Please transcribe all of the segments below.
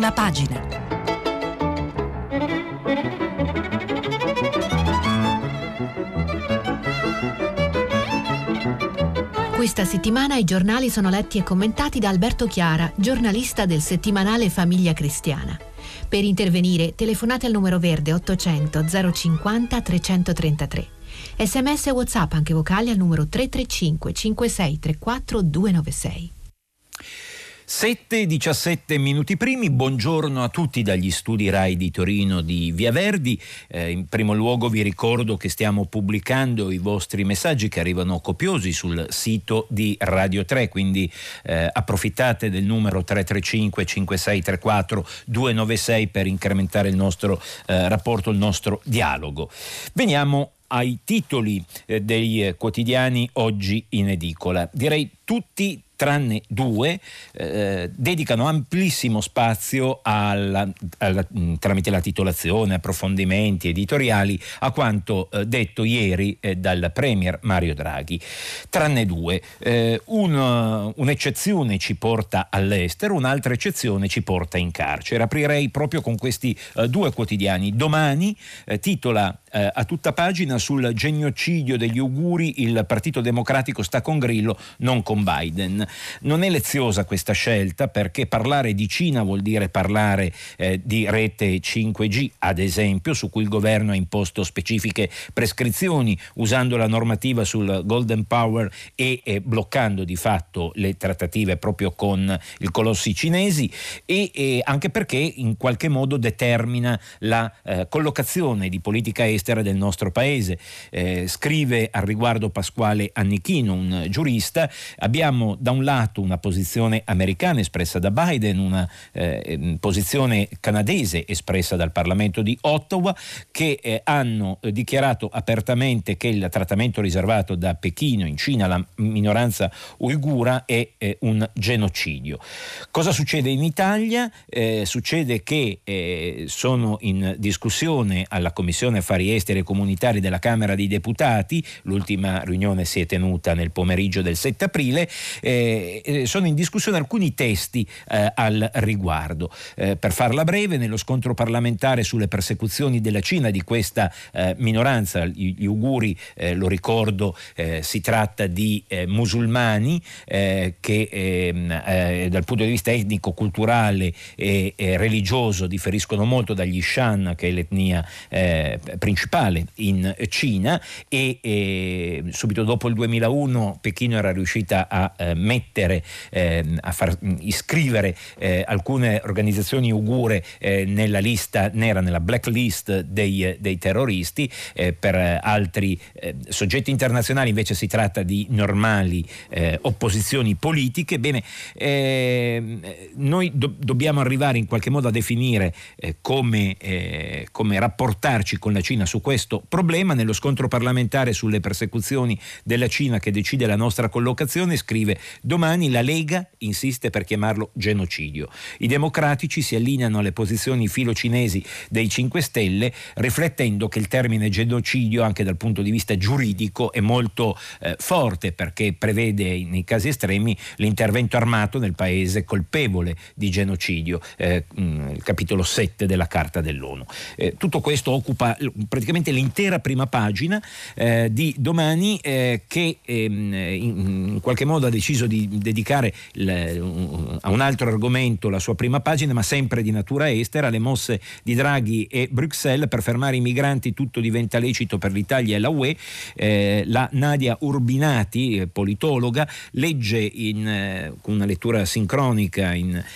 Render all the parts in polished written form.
prima pagina. Questa settimana i giornali sono letti e commentati da Alberto Chiara, giornalista del settimanale Famiglia Cristiana. Per intervenire telefonate al numero verde 800 050 333. SMS e WhatsApp anche vocali al numero 335 5634 296. 7:17 minuti primi, buongiorno a tutti dagli studi Rai di Torino di Via Verdi. In primo luogo vi ricordo che stiamo pubblicando i vostri messaggi che arrivano copiosi sul sito di Radio 3, quindi approfittate del numero 335 5634 296 per incrementare il nostro rapporto, il nostro dialogo. Veniamo ai titoli dei quotidiani oggi in edicola. Direi tutti tranne due dedicano amplissimo spazio tramite la titolazione, approfondimenti editoriali a quanto detto ieri dal Premier Mario Draghi. Tranne due, un'eccezione ci porta all'estero, un'altra eccezione ci porta in carcere. Aprirei proprio con questi due quotidiani. Domani titola a tutta pagina: sul genocidio degli uiguri il Partito Democratico sta con Grillo, non con Biden. Non è leziosa questa scelta, perché parlare di Cina vuol dire parlare di rete 5G, ad esempio, su cui il governo ha imposto specifiche prescrizioni usando la normativa sul Golden Power e bloccando di fatto le trattative proprio con i colossi cinesi, e anche perché in qualche modo determina la collocazione di politica estera del nostro paese. Scrive al riguardo Pasquale Annichino, un giurista: abbiamo da un lato una posizione americana espressa da Biden, una posizione canadese espressa dal Parlamento di Ottawa, che hanno dichiarato apertamente che il trattamento riservato da Pechino in Cina alla minoranza uigura è un genocidio. Cosa succede in Italia? Succede che sono in discussione alla Commissione Affari Esteri e Comunitari della Camera dei Deputati, l'ultima riunione si è tenuta nel pomeriggio del 7 aprile, sono in discussione alcuni testi al riguardo. Per farla breve, nello scontro parlamentare sulle persecuzioni della Cina di questa minoranza, gli uiguri, lo ricordo, si tratta di musulmani che dal punto di vista etnico, culturale e religioso differiscono molto dagli Shan, che è l'etnia principale in Cina, e subito dopo il 2001 Pechino era riuscita a mettere, a far iscrivere alcune organizzazioni uigure nella lista nera, nella blacklist dei terroristi. Per altri soggetti internazionali invece si tratta di normali opposizioni politiche. Bene, noi dobbiamo arrivare in qualche modo a definire come rapportarci con la Cina su questo problema. Nello scontro parlamentare sulle persecuzioni della Cina che decide la nostra collocazione, scrive: domani la Lega insiste per chiamarlo genocidio. I democratici si allineano alle posizioni filocinesi dei 5 Stelle, riflettendo che il termine genocidio anche dal punto di vista giuridico è molto forte, perché prevede nei casi estremi l'intervento armato nel paese colpevole di genocidio, il capitolo 7 della Carta dell'ONU. Tutto questo occupa praticamente l'intera prima pagina di domani, che in qualche modo ha deciso di dedicare a un altro argomento la sua prima pagina, ma sempre di natura estera: le mosse di Draghi e Bruxelles per fermare i migranti, tutto diventa lecito per l'Italia e la UE. La Nadia Urbinati, politologa, legge con una lettura sincronica,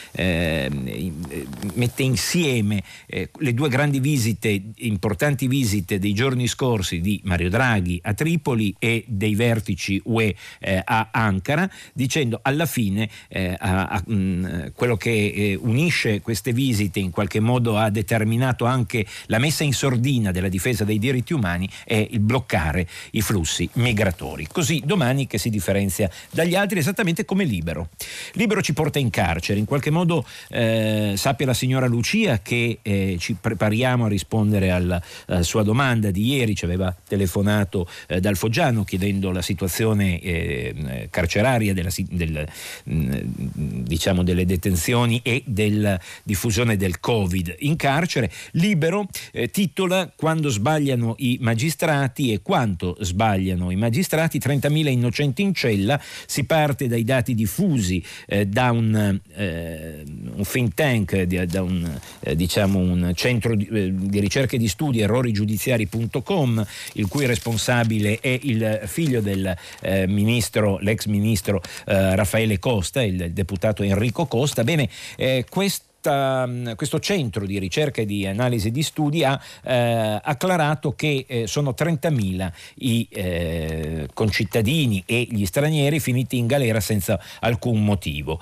mette insieme le due grandi importanti visite dei giorni scorsi di Mario Draghi a Tripoli e dei vertici UE a Ankara, dicendo alla fine quello che unisce queste visite, in qualche modo ha determinato anche la messa in sordina della difesa dei diritti umani, è il bloccare i flussi migratori. Così Domani, che si differenzia dagli altri esattamente come Libero. Libero ci porta in carcere, in qualche modo sappia la signora Lucia che ci prepariamo a rispondere alla sua domanda di ieri. Ci aveva telefonato dal Foggiano chiedendo la situazione carceraria della diciamo delle detenzioni e della diffusione del Covid in carcere. Libero titola: quando sbagliano i magistrati e quanto sbagliano i magistrati, 30.000 innocenti in cella. Si parte dai dati diffusi da un think tank, da un centro di ricerca e di studi, errorigiudiziari.com, il cui responsabile è il figlio del l'ex ministro Raffaele Costa, il deputato Enrico Costa. Bene, questo centro di ricerca e di analisi di studi ha acclarato che sono 30.000 i concittadini e gli stranieri finiti in galera senza alcun motivo.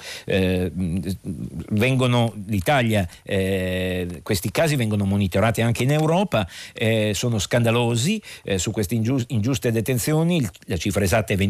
Questi casi vengono monitorati anche in Europa, sono scandalosi. Su queste ingiuste detenzioni la cifra esatta è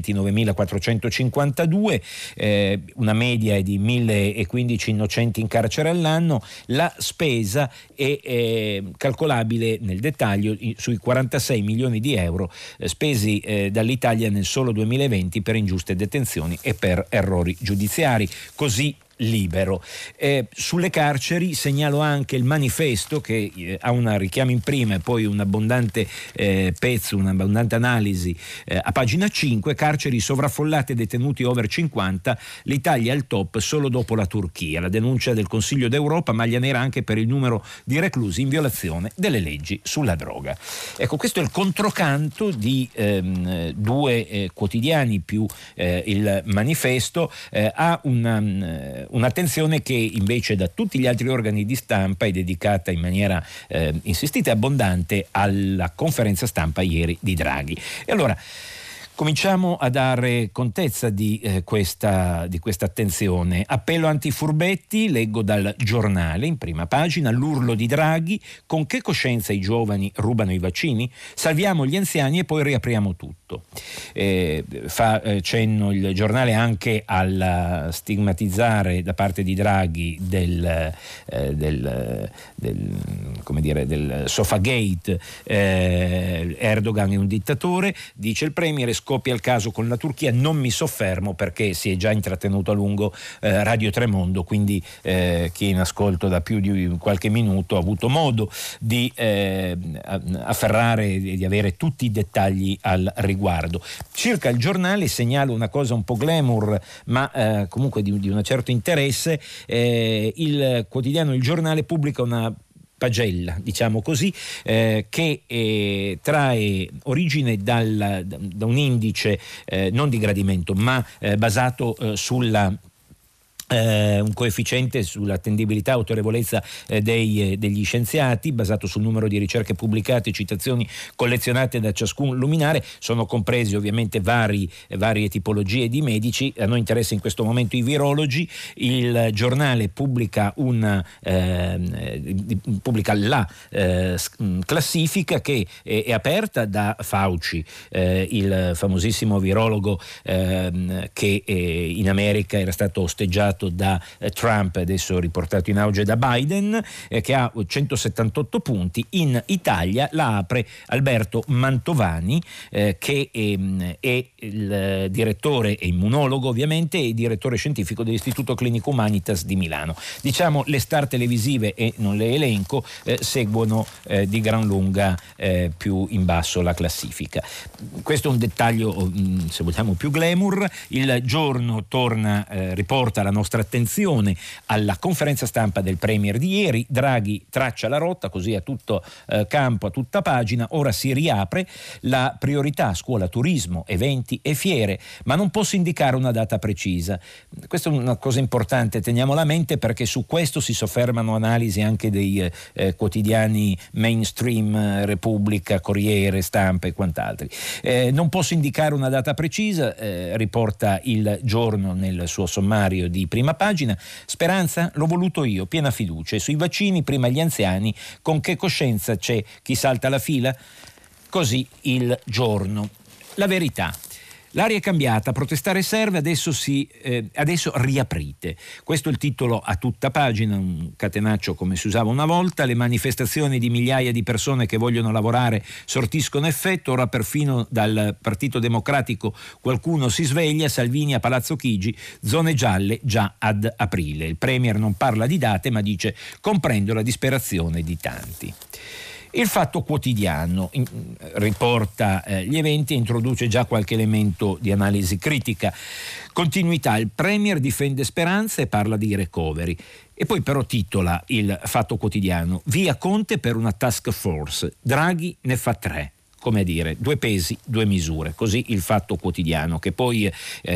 29.452, una media è di 1.015 innocenti in carcere all'anno. La spesa è calcolabile nel dettaglio sui 46 milioni di euro spesi dall'Italia nel solo 2020 per ingiuste detenzioni e per errori giudiziari. Così Libero. Sulle carceri segnalo anche il Manifesto, che ha un richiamo in prima e poi un abbondante pezzo, un'abbondante analisi a pagina 5. Carceri sovraffollate, detenuti over 50, l'Italia al top solo dopo la Turchia. La denuncia del Consiglio d'Europa, maglia nera anche per il numero di reclusi in violazione delle leggi sulla droga. Ecco, questo è il controcanto di due quotidiani più il Manifesto. Ha un'attenzione che invece da tutti gli altri organi di stampa è dedicata in maniera insistita e abbondante alla conferenza stampa ieri di Draghi. E allora cominciamo a dare contezza di questa attenzione. Appello antifurbetti, leggo dal Giornale in prima pagina: l'urlo di Draghi, con che coscienza i giovani rubano i vaccini? Salviamo gli anziani e poi riapriamo tutto. Fa cenno il Giornale anche al stigmatizzare da parte di Draghi del Sofagate. Erdogan è un dittatore, dice il premier. Scoppia il caso con la Turchia, non mi soffermo perché si è già intrattenuto a lungo Radio Tremondo, quindi chi è in ascolto da più di qualche minuto ha avuto modo di afferrare e di avere tutti i dettagli al riguardo. Circa il Giornale segnalo una cosa un po' glamour, ma comunque di un certo interesse. Il quotidiano Il Giornale pubblica una pagella, diciamo così, che trae origine da un indice non di gradimento, ma basato sulla un coefficiente sull'attendibilità e autorevolezza degli scienziati, basato sul numero di ricerche pubblicate e citazioni collezionate da ciascun luminare. Sono compresi ovviamente varie tipologie di medici. A noi interessa in questo momento i virologi. Il Giornale pubblica la classifica che è aperta da Fauci, il famosissimo virologo che in America era stato osteggiato da Trump, adesso riportato in auge da Biden, che ha 178 punti. In Italia la apre Alberto Mantovani, che è il direttore e immunologo ovviamente e direttore scientifico dell'Istituto Clinico Humanitas di Milano. Diciamo le star televisive, e non le elenco, seguono di gran lunga più in basso la classifica. Questo è un dettaglio, se vogliamo, più glamour. Il Giorno riporta la nostra attenzione alla conferenza stampa del premier di ieri. Draghi traccia la rotta così a tutto campo, a tutta pagina. Ora si riapre, la priorità scuola, turismo, eventi e fiere, ma non posso indicare una data precisa. Questa è una cosa importante, teniamola a mente, perché su questo si soffermano analisi anche dei quotidiani mainstream, Repubblica, Corriere, Stampa e quant'altri. Non posso indicare una data precisa, riporta il Giorno nel suo sommario di prima pagina. Speranza? L'ho voluto io, piena fiducia. E sui vaccini prima gli anziani, con che coscienza c'è chi salta la fila? Così il Giorno. La Verità. L'aria è cambiata, protestare serve, adesso riaprite. Questo è il titolo a tutta pagina, un catenaccio come si usava una volta. Le manifestazioni di migliaia di persone che vogliono lavorare sortiscono effetto, ora perfino dal Partito Democratico qualcuno si sveglia. Salvini a Palazzo Chigi, zone gialle già ad aprile. Il Premier non parla di date ma dice: comprendo la disperazione di tanti. Il Fatto Quotidiano riporta gli eventi e introduce già qualche elemento di analisi critica. Continuità, il Premier difende Speranza e parla di recovery. E poi però titola il Fatto Quotidiano: via Conte per una task force, Draghi ne fa 3. Come a dire, 2 pesi, 2 misure. Così il Fatto Quotidiano, che poi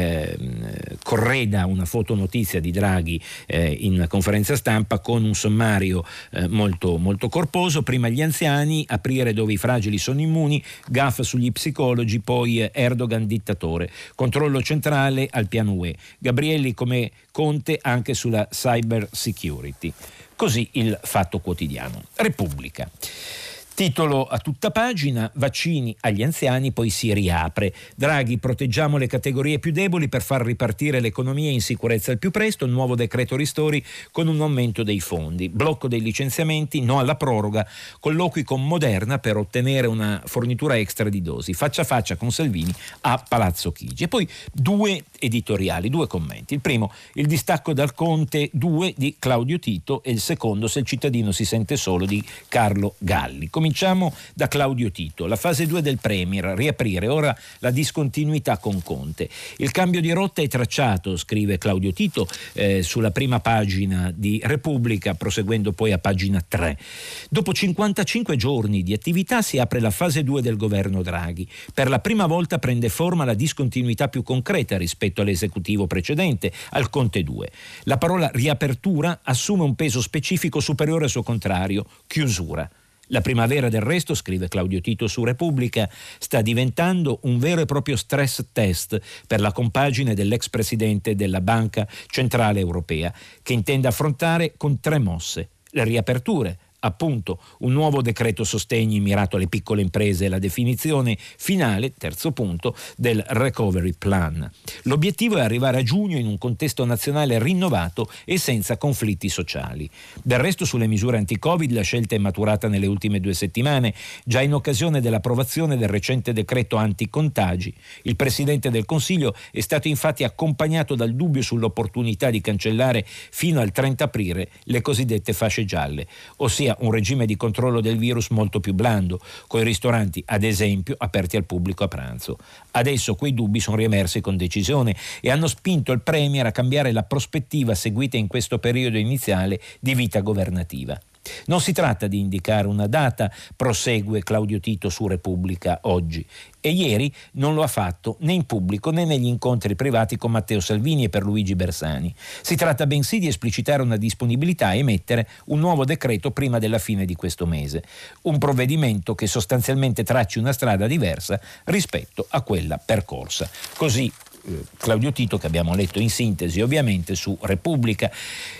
correda una fotonotizia di Draghi in conferenza stampa con un sommario molto, molto corposo. Prima gli anziani, aprire dove i fragili sono immuni, gaffe sugli psicologi, poi Erdogan dittatore, controllo centrale al piano UE, Gabrielli come Conte anche sulla cyber security. Così il Fatto Quotidiano. Repubblica. Titolo a tutta pagina: vaccini agli anziani, poi si riapre. Draghi, proteggiamo le categorie più deboli per far ripartire l'economia in sicurezza al più presto. Nuovo decreto ristori con un aumento dei fondi. Blocco dei licenziamenti, no alla proroga. Colloqui con Moderna per ottenere una fornitura extra di dosi. Faccia a faccia con Salvini a Palazzo Chigi. E poi 2 editoriali, 2 commenti. Il primo, il distacco dal Conte 2 di Claudio Tito, e il secondo, se il cittadino si sente solo, di Carlo Galli. Cominciamo da Claudio Tito. La fase 2 del Premier, riaprire, ora la discontinuità con Conte. Il cambio di rotta è tracciato, scrive Claudio Tito sulla prima pagina di Repubblica, proseguendo poi a pagina 3. Dopo 55 giorni di attività si apre la fase 2 del governo Draghi. Per la prima volta prende forma la discontinuità più concreta rispetto all'esecutivo precedente, al Conte 2. La parola riapertura assume un peso specifico superiore al suo contrario, chiusura. La primavera del resto, scrive Claudio Tito su Repubblica, sta diventando un vero e proprio stress test per la compagine dell'ex presidente della Banca Centrale Europea, che intende affrontare con 3 mosse: le riaperture, appunto un nuovo decreto sostegni mirato alle piccole imprese e la definizione finale, terzo punto, del recovery plan. L'obiettivo è arrivare a giugno in un contesto nazionale rinnovato e senza conflitti sociali. Del resto, sulle misure anti-Covid la scelta è maturata nelle ultime 2 settimane, già in occasione dell'approvazione del recente decreto anti-contagi. Il Presidente del Consiglio è stato infatti accompagnato dal dubbio sull'opportunità di cancellare fino al 30 aprile le cosiddette fasce gialle, ossia un regime di controllo del virus molto più blando, con i ristoranti ad esempio aperti al pubblico a pranzo. Adesso quei dubbi sono riemersi con decisione e hanno spinto il Premier a cambiare la prospettiva seguita in questo periodo iniziale di vita governativa. Non si tratta di indicare una data, prosegue Claudio Tito su Repubblica oggi, e ieri non lo ha fatto né in pubblico né negli incontri privati con Matteo Salvini e Pierluigi Bersani. Si tratta bensì di esplicitare una disponibilità a emettere un nuovo decreto prima della fine di questo mese, un provvedimento che sostanzialmente tracci una strada diversa rispetto a quella percorsa. Così Claudio Tito, che abbiamo letto in sintesi ovviamente su Repubblica,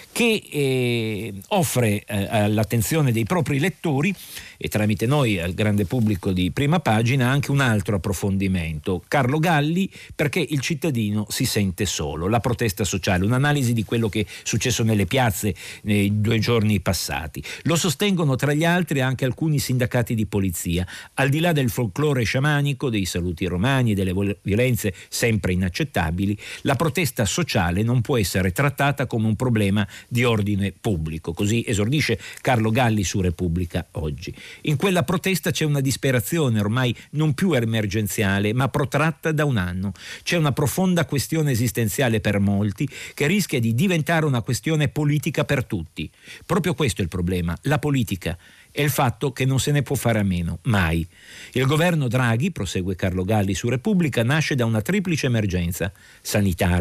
che offre all'attenzione dei propri lettori e tramite noi al grande pubblico di Prima Pagina anche un altro approfondimento. Carlo Galli, perché il cittadino si sente solo, la protesta sociale, un'analisi di quello che è successo nelle piazze nei 2 giorni passati. Lo sostengono tra gli altri anche alcuni sindacati di polizia. Al di là del folklore sciamanico, dei saluti romani e delle violenze sempre inaccettabili, la protesta sociale non può essere trattata come un problema di ordine pubblico. Così esordisce Carlo Galli su Repubblica oggi. In quella protesta c'è una disperazione ormai non più emergenziale ma protratta da un anno. C'è una profonda questione esistenziale per molti che rischia di diventare una questione politica per tutti. Proprio questo è il problema, la politica. È il fatto che non se ne può fare a meno, mai. Il governo Draghi, prosegue Carlo Galli su Repubblica, nasce da una triplice emergenza: sanitaria,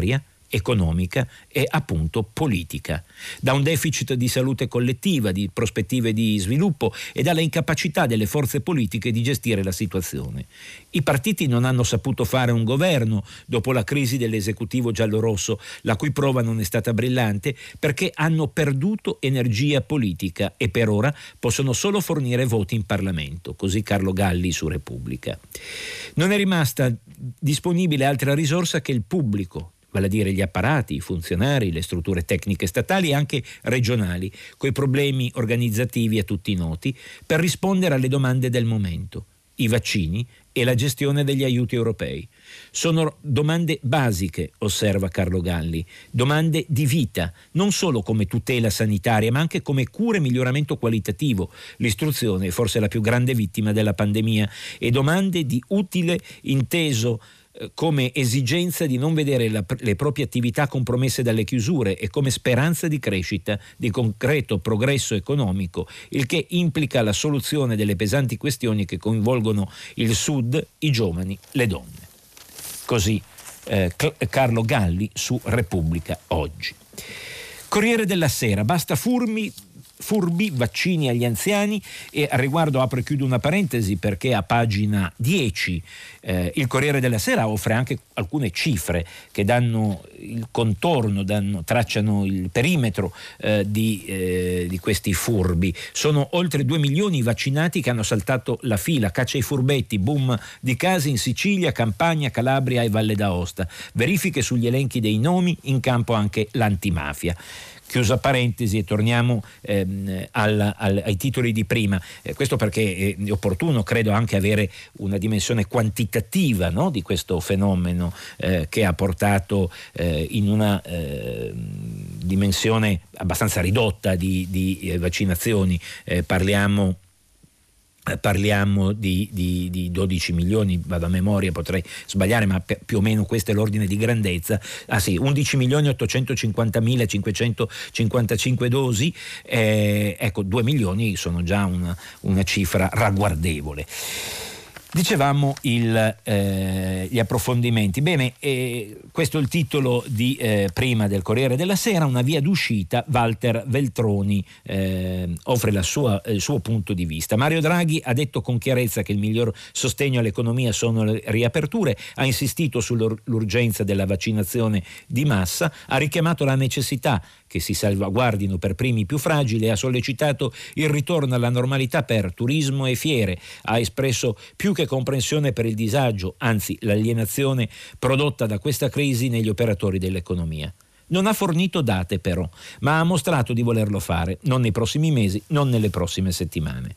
economica e appunto politica, da un deficit di salute collettiva, di prospettive di sviluppo e dalla incapacità delle forze politiche di gestire la situazione. I partiti non hanno saputo fare un governo dopo la crisi dell'esecutivo giallorosso, la cui prova non è stata brillante perché hanno perduto energia politica e per ora possono solo fornire voti in Parlamento, così Carlo Galli su Repubblica. Non è rimasta disponibile altra risorsa che il pubblico, vale a dire gli apparati, i funzionari, le strutture tecniche statali e anche regionali, coi problemi organizzativi a tutti noti, per rispondere alle domande del momento, i vaccini e la gestione degli aiuti europei. Sono domande basiche, osserva Carlo Galli, domande di vita, non solo come tutela sanitaria, ma anche come cura e miglioramento qualitativo. L'istruzione è forse la più grande vittima della pandemia, e domande di utile inteso come esigenza di non vedere le proprie attività compromesse dalle chiusure e come speranza di crescita, di concreto progresso economico, il che implica la soluzione delle pesanti questioni che coinvolgono il Sud, i giovani, le donne. Così Carlo Galli su Repubblica oggi. Corriere della Sera, basta furbi, vaccini agli anziani, e al riguardo apro e chiudo una parentesi perché a pagina 10 il Corriere della Sera offre anche alcune cifre che danno il contorno, tracciano il perimetro di questi furbi. Sono oltre 2 milioni i vaccinati che hanno saltato la fila, caccia ai furbetti, boom di casi in Sicilia, Campania, Calabria e Valle d'Aosta, verifiche sugli elenchi dei nomi, in campo anche l'antimafia. Chiusa parentesi e torniamo ai titoli di prima. Questo perché è opportuno, credo, anche avere una dimensione quantitativa, no, di questo fenomeno che ha portato in una dimensione abbastanza ridotta di vaccinazioni. Parliamo di 12 milioni, vado a memoria, potrei sbagliare, ma più o meno questo è l'ordine di grandezza. 11 milioni 850 555 dosi, 2 milioni sono già una cifra ragguardevole. Dicevamo gli approfondimenti. Bene, questo è il titolo di prima del Corriere della Sera. Una via d'uscita, Walter Veltroni offre il suo punto di vista. Mario Draghi ha detto con chiarezza che il miglior sostegno all'economia sono le riaperture, ha insistito sull'urgenza della vaccinazione di massa, ha richiamato la necessità che si salvaguardino per primi i più fragili, ha sollecitato il ritorno alla normalità per turismo e fiere, ha espresso più che comprensione per il disagio, anzi l'alienazione prodotta da questa crisi negli operatori dell'economia. Non ha fornito date però, ma ha mostrato di volerlo fare, non nei prossimi mesi, non nelle prossime settimane.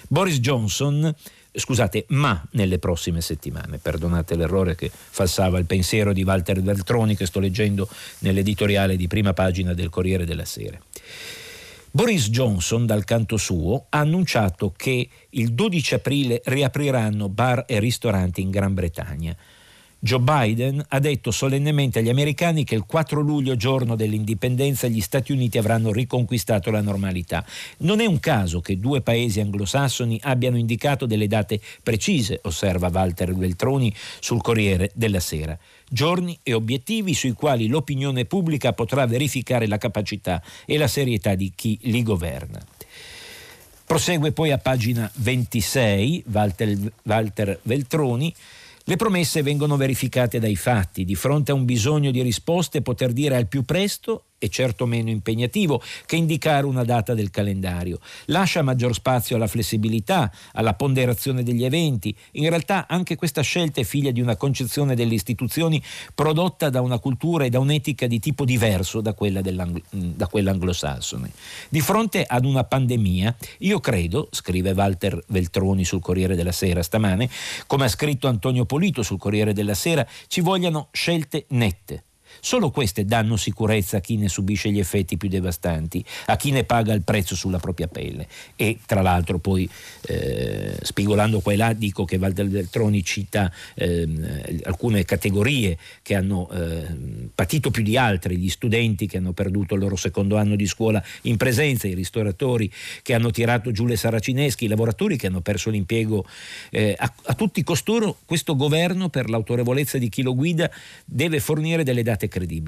Ma nelle prossime settimane, perdonate l'errore che falsava il pensiero di Walter Veltroni che sto leggendo nell'editoriale di prima pagina del Corriere della Sera. Boris Johnson, dal canto suo, ha annunciato che il 12 aprile riapriranno bar e ristoranti in Gran Bretagna. Joe Biden ha detto solennemente agli americani che il 4 luglio, giorno dell'indipendenza, gli Stati Uniti avranno riconquistato la normalità. Non è un caso che 2 paesi anglosassoni abbiano indicato delle date precise, osserva Walter Veltroni sul Corriere della Sera. Giorni e obiettivi sui quali l'opinione pubblica potrà verificare la capacità e la serietà di chi li prosegue poi a pagina 26 Walter Veltroni. Le promesse vengono verificate dai fatti. Di fronte a un bisogno di risposte, poter dire al più presto è certo meno impegnativo che indicare una data del calendario. Lascia maggior spazio alla flessibilità, alla ponderazione degli eventi. In realtà anche questa scelta è figlia di una concezione delle istituzioni prodotta da una cultura e da un'etica di tipo diverso da quella anglosassone. Di fronte ad una pandemia, io credo, scrive Walter Veltroni sul Corriere della Sera stamane, come ha scritto Antonio Polito sul Corriere della Sera, ci vogliano scelte nette. Solo queste danno sicurezza a chi ne subisce gli effetti più devastanti, a chi ne paga il prezzo sulla propria pelle. E tra l'altro poi spigolando qua e là dico che Walter Veltroni cita alcune categorie che hanno patito più di altre: gli studenti che hanno perduto il loro secondo anno di scuola in presenza, i ristoratori che hanno tirato giù le saracinesche, i lavoratori che hanno perso l'impiego. A tutti costoro questo governo, per l'autorevolezza di chi lo guida, deve fornire delle date credibili.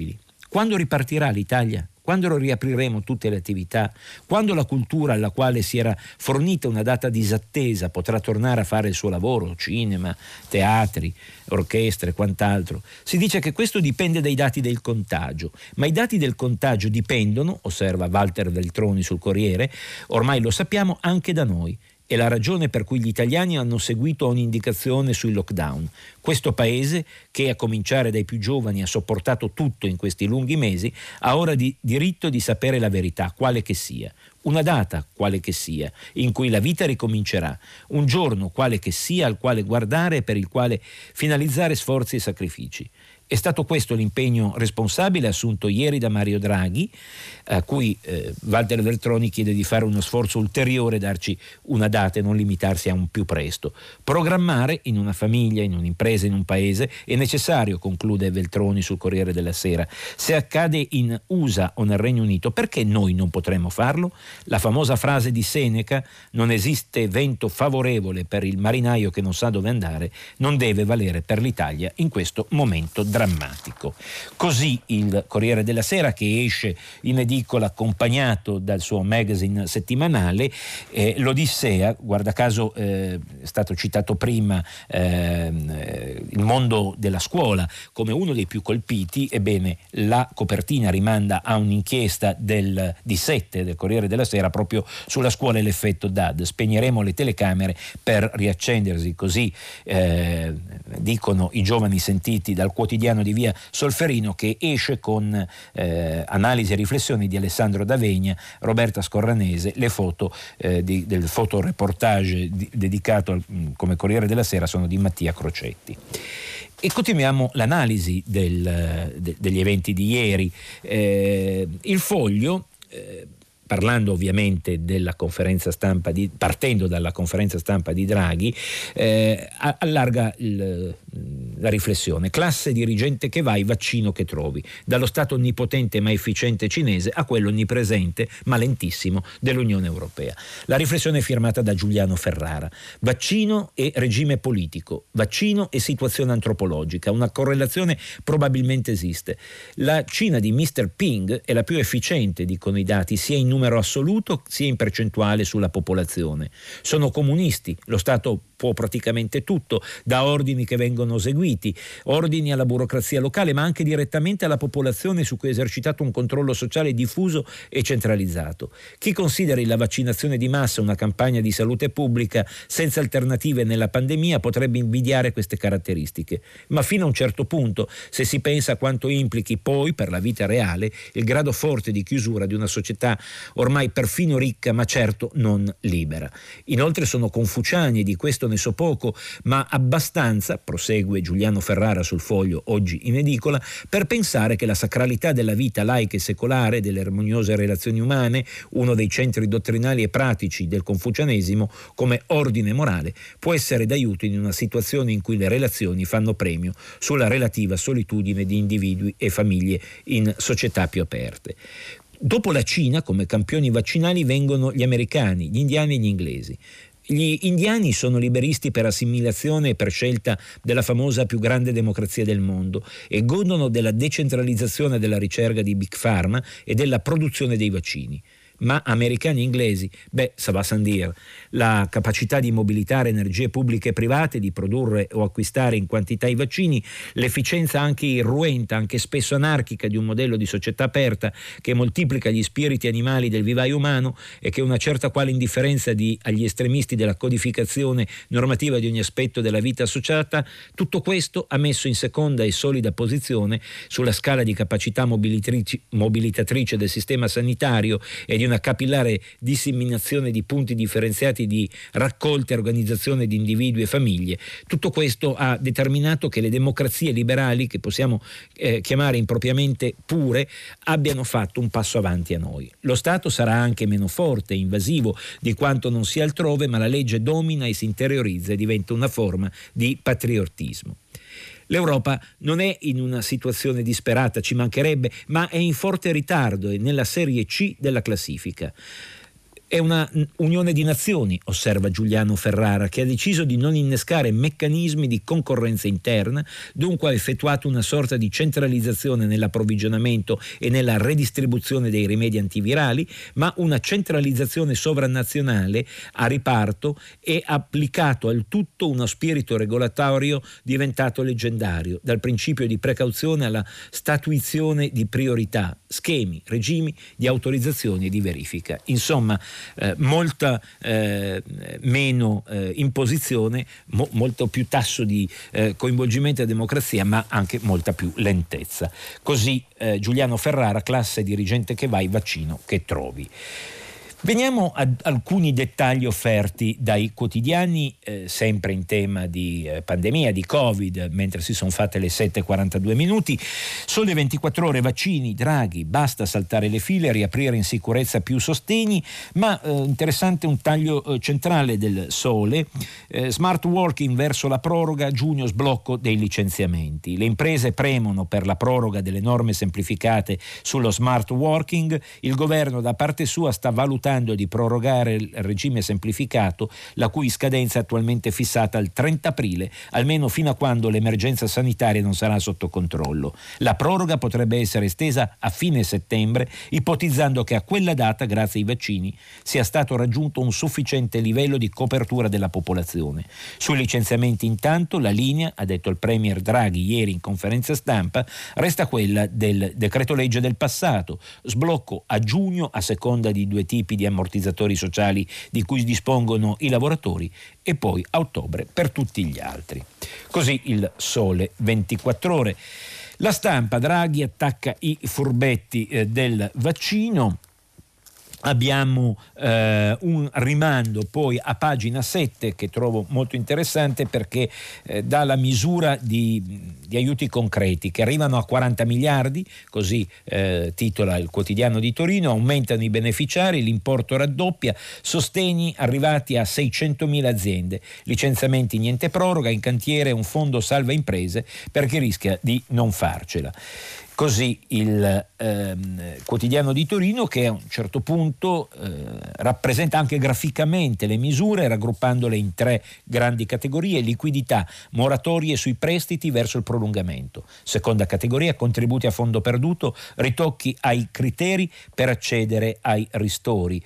Quando ripartirà l'Italia? Quando riapriremo tutte le attività? Quando la cultura alla quale si era fornita una data disattesa potrà tornare a fare il suo lavoro? Cinema, teatri, orchestre, quant'altro. Si dice che questo dipende dai dati del contagio, ma i dati del contagio dipendono, osserva Walter Veltroni sul Corriere, ormai lo sappiamo, anche da noi. È la ragione per cui gli italiani hanno seguito ogni indicazione sui lockdown. Questo paese, che a cominciare dai più giovani ha sopportato tutto in questi lunghi mesi, ha ora diritto di sapere la verità, quale che sia. Una data, quale che sia, in cui la vita ricomincerà. Un giorno, quale che sia, al quale guardare e per il quale finalizzare sforzi e sacrifici. È stato questo l'impegno responsabile assunto ieri da Mario Draghi, a cui Walter Veltroni chiede di fare uno sforzo ulteriore, darci una data e non limitarsi a un più presto. Programmare in una famiglia, in un'impresa, in un paese è necessario, conclude Veltroni sul Corriere della Sera. Se accade in USA o nel Regno Unito, perché noi non potremmo farlo? La famosa frase di Seneca, non esiste vento favorevole per il marinaio che non sa dove andare, non deve valere per l'Italia in questo momento drammatico. Così il Corriere della Sera, che esce in edicola accompagnato dal suo magazine settimanale. L'Odissea, guarda caso è stato citato prima il mondo della scuola come uno dei più colpiti. Ebbene, la copertina rimanda a un'inchiesta di 7 del Corriere della Sera proprio sulla scuola e l'effetto DAD. Spegneremo le telecamere per riaccendersi, così dicono i giovani sentiti dal quotidiano di via Solferino, che esce con analisi e riflessioni di Alessandro D'Avegna, Roberta Scorranese. Le foto del fotoreportage dedicato come Corriere della Sera sono di Mattia Crocetti. E continuiamo l'analisi degli eventi di ieri. Il Foglio, parlando ovviamente della conferenza stampa partendo dalla conferenza stampa di Draghi, allarga la riflessione. Classe dirigente che vai, vaccino che trovi. Dallo Stato onnipotente ma efficiente cinese a quello onnipresente ma lentissimo dell'Unione Europea. La riflessione è firmata da Giuliano Ferrara. Vaccino e regime politico, vaccino e situazione antropologica. Una correlazione probabilmente esiste. La Cina di Mr. Ping è la più efficiente, dicono i dati, sia in numero assoluto sia in percentuale sulla popolazione. Sono comunisti, lo Stato può praticamente tutto, da ordini che vengono eseguiti, ordini alla burocrazia locale, ma anche direttamente alla popolazione su cui è esercitato un controllo sociale diffuso e centralizzato. Chi consideri la vaccinazione di massa una campagna di salute pubblica senza alternative nella pandemia potrebbe invidiare queste caratteristiche, ma fino a un certo punto, se si pensa a quanto implichi poi per la vita reale il grado forte di chiusura di una società ormai perfino ricca ma certo non libera. Inoltre sono confuciani, di questo ne so poco, ma abbastanza, prosegue Giuliano Ferrara sul Foglio oggi in edicola, per pensare che la sacralità della vita laica e secolare, delle armoniose relazioni umane, uno dei centri dottrinali e pratici del confucianesimo come ordine morale, può essere d'aiuto in una situazione in cui le relazioni fanno premio sulla relativa solitudine di individui e famiglie in società più aperte. Dopo la Cina, come campioni vaccinali, vengono gli americani, gli indiani e gli inglesi. Gli indiani sono liberisti per assimilazione e per scelta della famosa più grande democrazia del mondo e godono della decentralizzazione della ricerca di Big Pharma e della produzione dei vaccini. Ma americani e inglesi, ça va sans dire. La capacità di mobilitare energie pubbliche e private, di produrre o acquistare in quantità i vaccini, l'efficienza anche irruenta, anche spesso anarchica, di un modello di società aperta che moltiplica gli spiriti animali del vivaio umano e che una certa quale indifferenza agli estremisti della codificazione normativa di ogni aspetto della vita associata, tutto questo ha messo in seconda e solida posizione sulla scala di capacità mobilitatrice del sistema sanitario e di una capillare disseminazione di punti differenziati di raccolta e organizzazione di individui e famiglie. Tutto questo ha determinato che le democrazie liberali, che possiamo chiamare impropriamente pure, abbiano fatto un passo avanti a noi. Lo Stato sarà anche meno forte e invasivo di quanto non sia altrove, ma la legge domina e si interiorizza e diventa una forma di patriottismo. L'Europa non è in una situazione disperata, ci mancherebbe, ma è in forte ritardo e nella serie C della classifica. È una unione di nazioni, osserva Giuliano Ferrara, che ha deciso di non innescare meccanismi di concorrenza interna, dunque ha effettuato una sorta di centralizzazione nell'approvvigionamento e nella redistribuzione dei rimedi antivirali, ma una centralizzazione sovranazionale a riparto e applicato al tutto uno spirito regolatorio diventato leggendario, dal principio di precauzione alla statuizione di priorità, schemi, regimi di autorizzazione e di verifica. Insomma, molta meno imposizione, molto più tasso di coinvolgimento e democrazia, ma anche molta più lentezza. Così Giuliano Ferrara, classe dirigente che vai, vaccino che trovi. Veniamo ad alcuni dettagli offerti dai quotidiani, sempre in tema di pandemia, di Covid, mentre si sono fatte le 7:42 minuti. Sole 24 ore, vaccini, Draghi, basta saltare le file, riaprire in sicurezza più sostegni, ma interessante un taglio centrale del Sole, smart working verso la proroga, giugno sblocco dei licenziamenti. Le imprese premono per la proroga delle norme semplificate sullo smart working, il governo da parte sua sta valutando di prorogare il regime semplificato, la cui scadenza è attualmente fissata al 30 aprile, almeno fino a quando l'emergenza sanitaria non sarà sotto controllo. La proroga potrebbe essere estesa a fine settembre, ipotizzando che a quella data, grazie ai vaccini, sia stato raggiunto un sufficiente livello di copertura della popolazione. Sui licenziamenti, intanto, la linea, ha detto il Premier Draghi ieri in conferenza stampa, resta quella del decreto legge del passato, sblocco a giugno a seconda di due tipi di ammortizzatori sociali di cui dispongono i lavoratori e poi a ottobre per tutti gli altri. Così il Sole 24 ore. La Stampa, Draghi attacca i furbetti del vaccino. Abbiamo un rimando poi a pagina 7 che trovo molto interessante perché dà la misura di aiuti concreti che arrivano a 40 miliardi, così titola il quotidiano di Torino, aumentano i beneficiari, l'importo raddoppia, sostegni arrivati a 600.000 aziende, licenziamenti niente proroga, in cantiere un fondo salva imprese per chi rischia di non farcela. Così il quotidiano di Torino, che a un certo punto rappresenta anche graficamente le misure, raggruppandole in 3 grandi categorie: liquidità, moratorie sui prestiti verso il prolungamento. Seconda categoria, contributi a fondo perduto, ritocchi ai criteri per accedere ai ristori.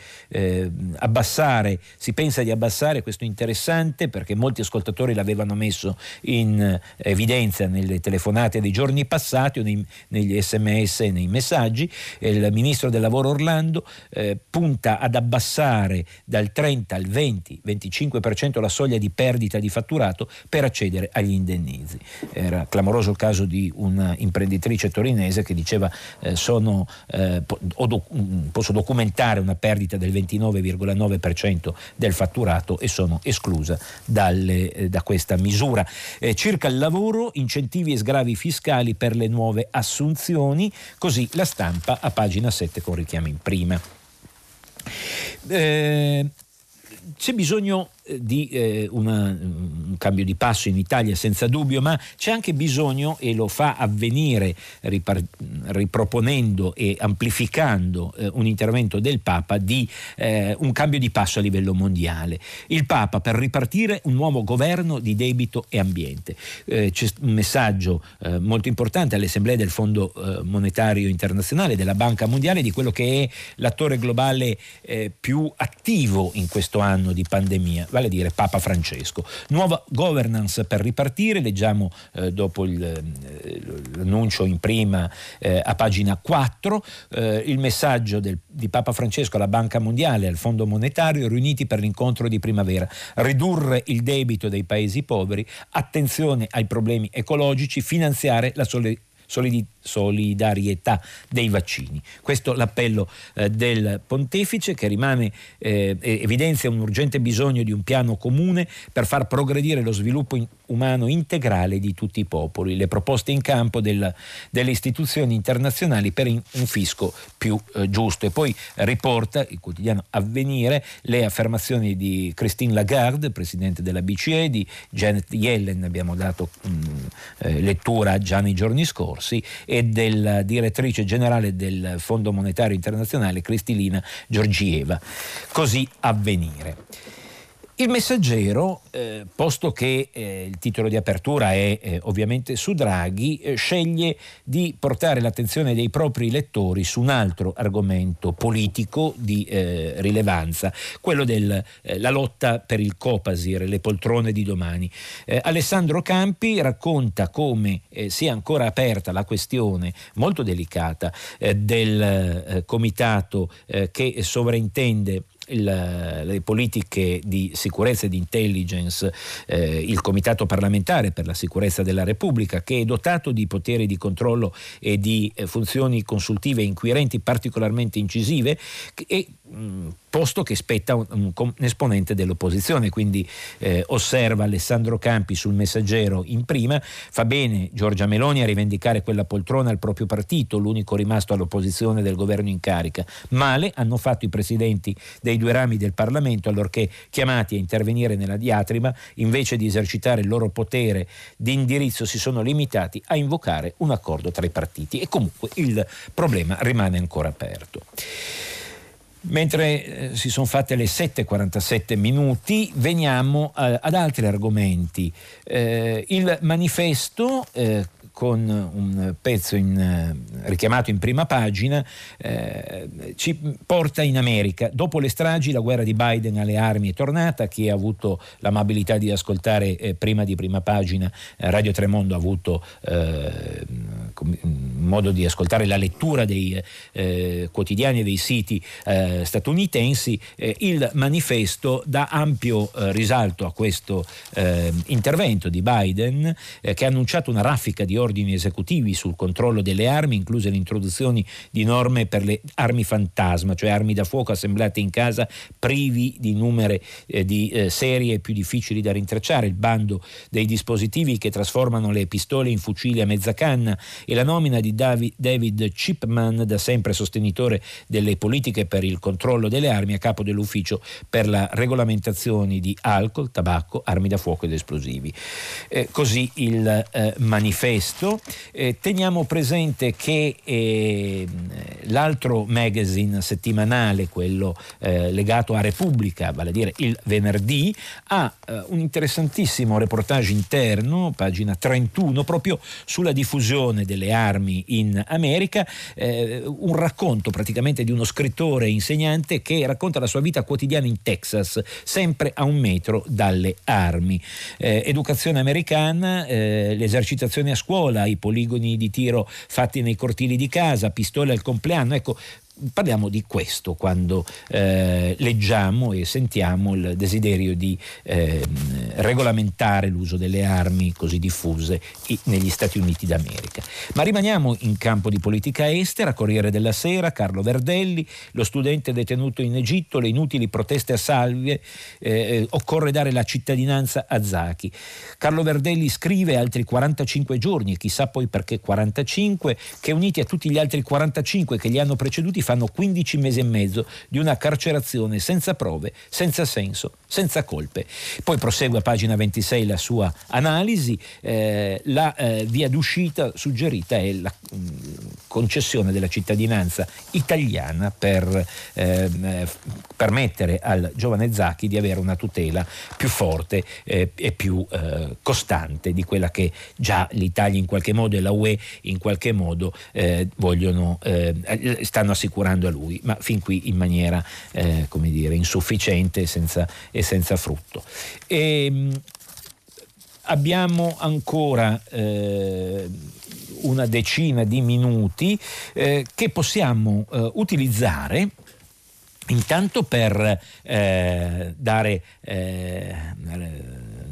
Si pensa di abbassare, questo è interessante perché molti ascoltatori l'avevano messo in evidenza nelle telefonate dei giorni passati o negli SMS e nei messaggi. Il ministro del lavoro Orlando punta ad abbassare dal 30 al 20-25% la soglia di perdita di fatturato per accedere agli indennizi. Era clamoroso il caso di una imprenditrice torinese che diceva posso documentare una perdita del 29,9% del fatturato e sono esclusa da questa misura. Circa il lavoro, incentivi e sgravi fiscali per le nuove assunzioni, così La Stampa a pagina 7 con richiami in prima. C'è bisogno di un cambio di passo in Italia senza dubbio, ma c'è anche bisogno, e lo fa avvenire riproponendo e amplificando un intervento del Papa, di un cambio di passo a livello mondiale. Il Papa per ripartire un nuovo governo di debito e ambiente. C'è un messaggio molto importante all'Assemblea del Fondo Monetario Internazionale, della Banca Mondiale, di quello che è l'attore globale più attivo in questo anno di pandemia, vale a dire Papa Francesco. Nuova governance per ripartire, leggiamo dopo l'annuncio in prima a pagina 4, il messaggio di Papa Francesco alla Banca Mondiale, al Fondo Monetario, riuniti per l'incontro di primavera: ridurre il debito dei paesi poveri, attenzione ai problemi ecologici, finanziare la solidarietà dei vaccini. Questo l'appello del Pontefice, che rimane evidenzia un urgente bisogno di un piano comune per far progredire lo sviluppo umano integrale di tutti i popoli, le proposte in campo delle istituzioni internazionali per un fisco più giusto. E poi riporta il quotidiano Avvenire le affermazioni di Christine Lagarde, presidente della BCE, di Janet Yellen, abbiamo dato lettura già nei giorni scorsi, e della direttrice generale del Fondo Monetario Internazionale Kristalina Georgieva. Così Avvenire. Il Messaggero, posto che il titolo di apertura è ovviamente su Draghi, sceglie di portare l'attenzione dei propri lettori su un altro argomento politico di rilevanza, quello della lotta per il Copasir, le poltrone di domani. Alessandro Campi racconta come sia ancora aperta la questione molto delicata del comitato che sovrintende le politiche di sicurezza e di intelligence, il Comitato parlamentare per la sicurezza della Repubblica, che è dotato di poteri di controllo e di funzioni consultive e inquirenti particolarmente incisive, e posto che spetta un esponente dell'opposizione. Quindi osserva Alessandro Campi sul Messaggero in prima: fa bene Giorgia Meloni a rivendicare quella poltrona al proprio partito, l'unico rimasto all'opposizione del governo in carica. Male hanno fatto i presidenti dei due rami del Parlamento, allorché chiamati a intervenire nella diatriba, invece di esercitare il loro potere di indirizzo, si sono limitati a invocare un accordo tra i partiti. E comunque il problema rimane ancora aperto. Mentre si sono fatte le 7:47 minuti, veniamo ad altri argomenti. Il Manifesto, con un pezzo richiamato in prima pagina, ci porta in America. Dopo le stragi, la guerra di Biden alle armi è tornata. Chi ha avuto l'amabilità di ascoltare prima di prima pagina Radio Tremondo ha avuto modo di ascoltare la lettura dei quotidiani e dei siti statunitensi. Il Manifesto dà ampio risalto a questo intervento di Biden, che ha annunciato una raffica di ordini esecutivi sul controllo delle armi, incluse le introduzioni di norme per le armi fantasma, cioè armi da fuoco assemblate in casa privi di numeri di serie più difficili da rintracciare, il bando dei dispositivi che trasformano le pistole in fucili a mezza canna, e la nomina di David Chipman, da sempre sostenitore delle politiche per il controllo delle armi, a capo dell'ufficio per la regolamentazione di alcol, tabacco, armi da fuoco ed esplosivi. Così il Manifesto. Teniamo presente che l'altro magazine settimanale, quello legato a Repubblica, vale a dire il venerdì, ha un interessantissimo reportage interno, pagina 31, proprio sulla diffusione delle armi in America, un racconto praticamente di uno scrittore e insegnante che racconta la sua vita quotidiana in Texas, sempre a 1 metro dalle armi. Educazione americana, le esercitazioni a scuola, i poligoni di tiro fatti nei cortili di casa, pistole al compleanno. Ecco, parliamo di questo quando leggiamo e sentiamo il desiderio di regolamentare l'uso delle armi così diffuse negli Stati Uniti d'America. Ma rimaniamo in campo di politica estera. Corriere della Sera, Carlo Verdelli: lo studente detenuto in Egitto, le inutili proteste a Salvie, occorre dare la cittadinanza a Zaki. Carlo Verdelli scrive: altri 45 giorni, e chissà poi perché 45, che uniti a tutti gli altri 45 che li hanno preceduti fanno 15 mesi e mezzo di una carcerazione senza prove, senza senso, senza colpe. Poi prosegue a pagina 26 la sua analisi. La via d'uscita suggerita è la concessione della cittadinanza italiana per permettere al giovane Zaki di avere una tutela più forte e più costante di quella che già l'Italia in qualche modo e la UE in qualche modo stanno assicurando a lui, ma fin qui in maniera insufficiente e senza frutto. Abbiamo ancora una decina di minuti che possiamo utilizzare intanto per dare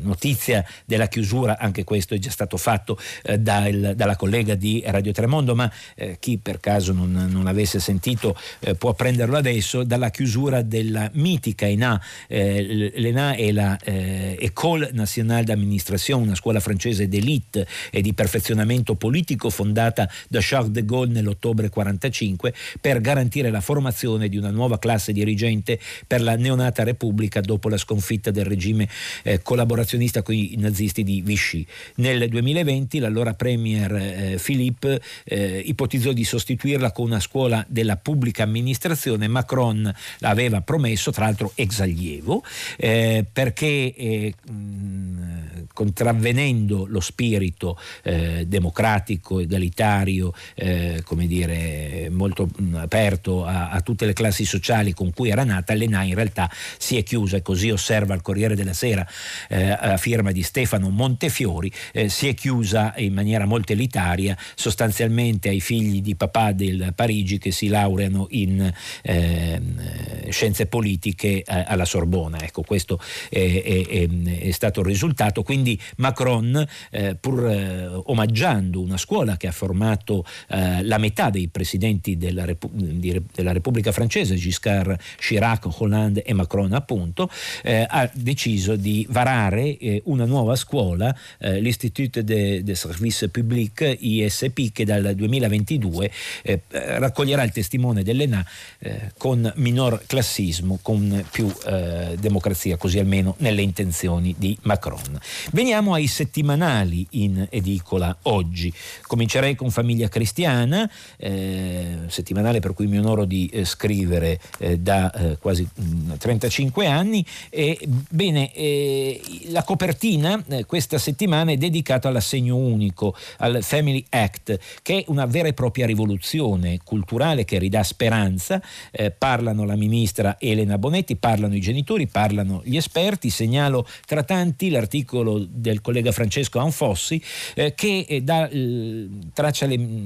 notizia della chiusura, anche questo è già stato fatto dalla collega di Radio Tremondo, ma chi per caso non avesse sentito può prenderlo adesso, dalla chiusura della mitica ENA. L'ENA è la École Nationale d'Administration, una scuola francese d'élite e di perfezionamento politico fondata da Charles de Gaulle nell'ottobre 1945 per garantire la formazione di una nuova classe dirigente per la neonata Repubblica dopo la sconfitta del regime collaborazionista con i nazisti di Vichy. Nel 2020 l'allora premier Philippe ipotizzò di sostituirla con una scuola della pubblica amministrazione. Macron l'aveva promesso, tra l'altro ex allievo, perché contravvenendo lo spirito democratico, egalitario, come dire, molto aperto a tutte le classi sociali con cui era nata, l'ENA in realtà si è chiusa, e così osserva il Corriere della Sera a firma di Stefano Montefiori, si è chiusa in maniera molto elitaria sostanzialmente ai figli di papà del Parigi che si laureano in scienze politiche alla Sorbona. Ecco, questo è stato il risultato. Quindi Macron, pur omaggiando una scuola che ha formato la metà dei presidenti della Repubblica francese, Giscard, Chirac, Hollande e Macron appunto, ha deciso di varare una nuova scuola, l'Institut de Service Public, ISP, che dal 2022 raccoglierà il testimone dell'ENA con minor classismo, con più democrazia, così almeno nelle intenzioni di Macron. Veniamo ai settimanali in edicola oggi. Comincerei con Famiglia Cristiana, settimanale per cui mi onoro di scrivere da quasi 35 anni. La copertina questa settimana è dedicata all'assegno unico, al Family Act, che è una vera e propria rivoluzione culturale che ridà speranza. Parlano la ministra Elena Bonetti, parlano i genitori, parlano gli esperti. Segnalo tra tanti l'articolo del collega Francesco Anfossi che traccia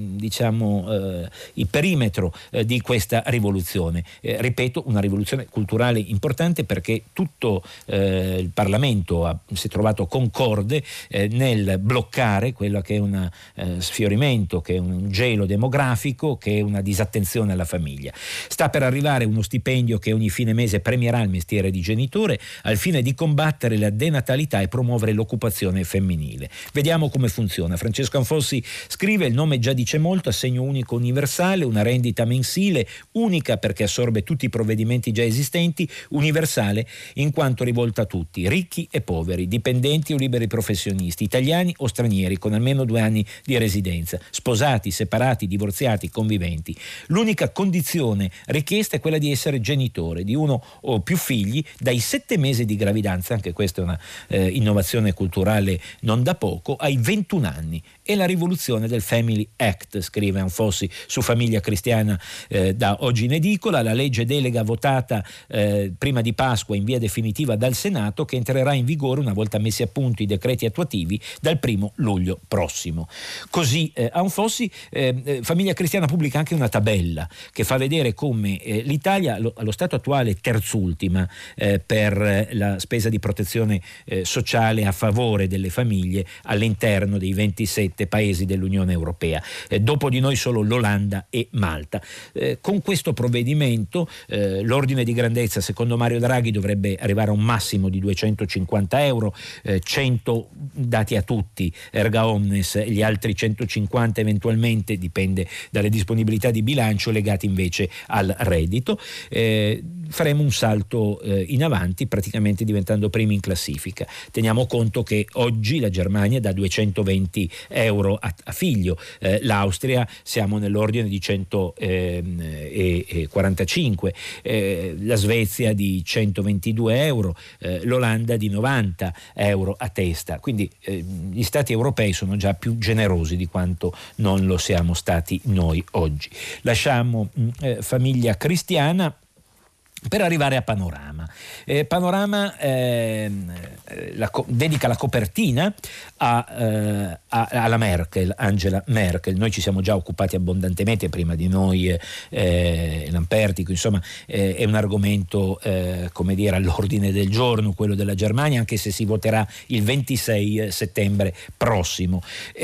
il perimetro di questa rivoluzione. Ripeto, una rivoluzione culturale importante, perché tutto il Parlamento si è trovato concorde nel bloccare quello che è un sfiorimento, che è un gelo demografico, che è una disattenzione alla famiglia. Sta per arrivare uno stipendio che ogni fine mese premierà il mestiere di genitore al fine di combattere la denatalità e promuovere l'occupazione femminile. Vediamo come funziona. Francesco Anfossi scrive: il nome già dice molto, assegno unico universale, una rendita mensile unica perché assorbe tutti i provvedimenti già esistenti, universale in quanto rivolta a tutti, ricchi e poveri, dipendenti o liberi professionisti, italiani o stranieri con almeno 2 anni di residenza, sposati, separati, divorziati, conviventi. L'unica condizione richiesta è quella di essere genitore di uno o più figli dai 7 mesi di gravidanza, anche questa è una innovazione culturale non da poco, ai 21 anni. È la rivoluzione del Family Act, scrive Anfossi su Famiglia Cristiana da oggi in edicola, la legge delega votata prima di Pasqua in via definitiva dal Senato, che entrerà in vigore una volta messi a punto i decreti attuativi dal 1 luglio prossimo. Così Anfossi. Famiglia Cristiana pubblica anche una tabella che fa vedere come l'Italia allo stato attuale è terzultima per la spesa di protezione sociale a favore delle famiglie all'interno dei 27 paesi dell'Unione Europea. Dopo di noi solo l'Olanda e Malta. Con questo provvedimento l'ordine di grandezza secondo Mario Draghi dovrebbe arrivare a un massimo di 250 euro, 100 dati a tutti erga omnes, gli altri 150 eventualmente, dipende dalle disponibilità di bilancio, legati invece al reddito. Faremo un salto in avanti, praticamente diventando primi in classifica. Teniamo conto che oggi la Germania dà 220 euro a figlio, l'Austria siamo nell'ordine di 145, la Svezia di 122 euro, l'Olanda di 90 euro a testa. Quindi gli stati europei sono già più generosi di quanto non lo siamo stati noi oggi. Lasciamo Famiglia Cristiana per arrivare a Panorama. Panorama dedica la copertina alla Merkel, Angela Merkel. Noi ci siamo già occupati abbondantemente, prima di noi Lampertico, insomma è un argomento come dire all'ordine del giorno, quello della Germania, anche se si voterà il 26 settembre prossimo.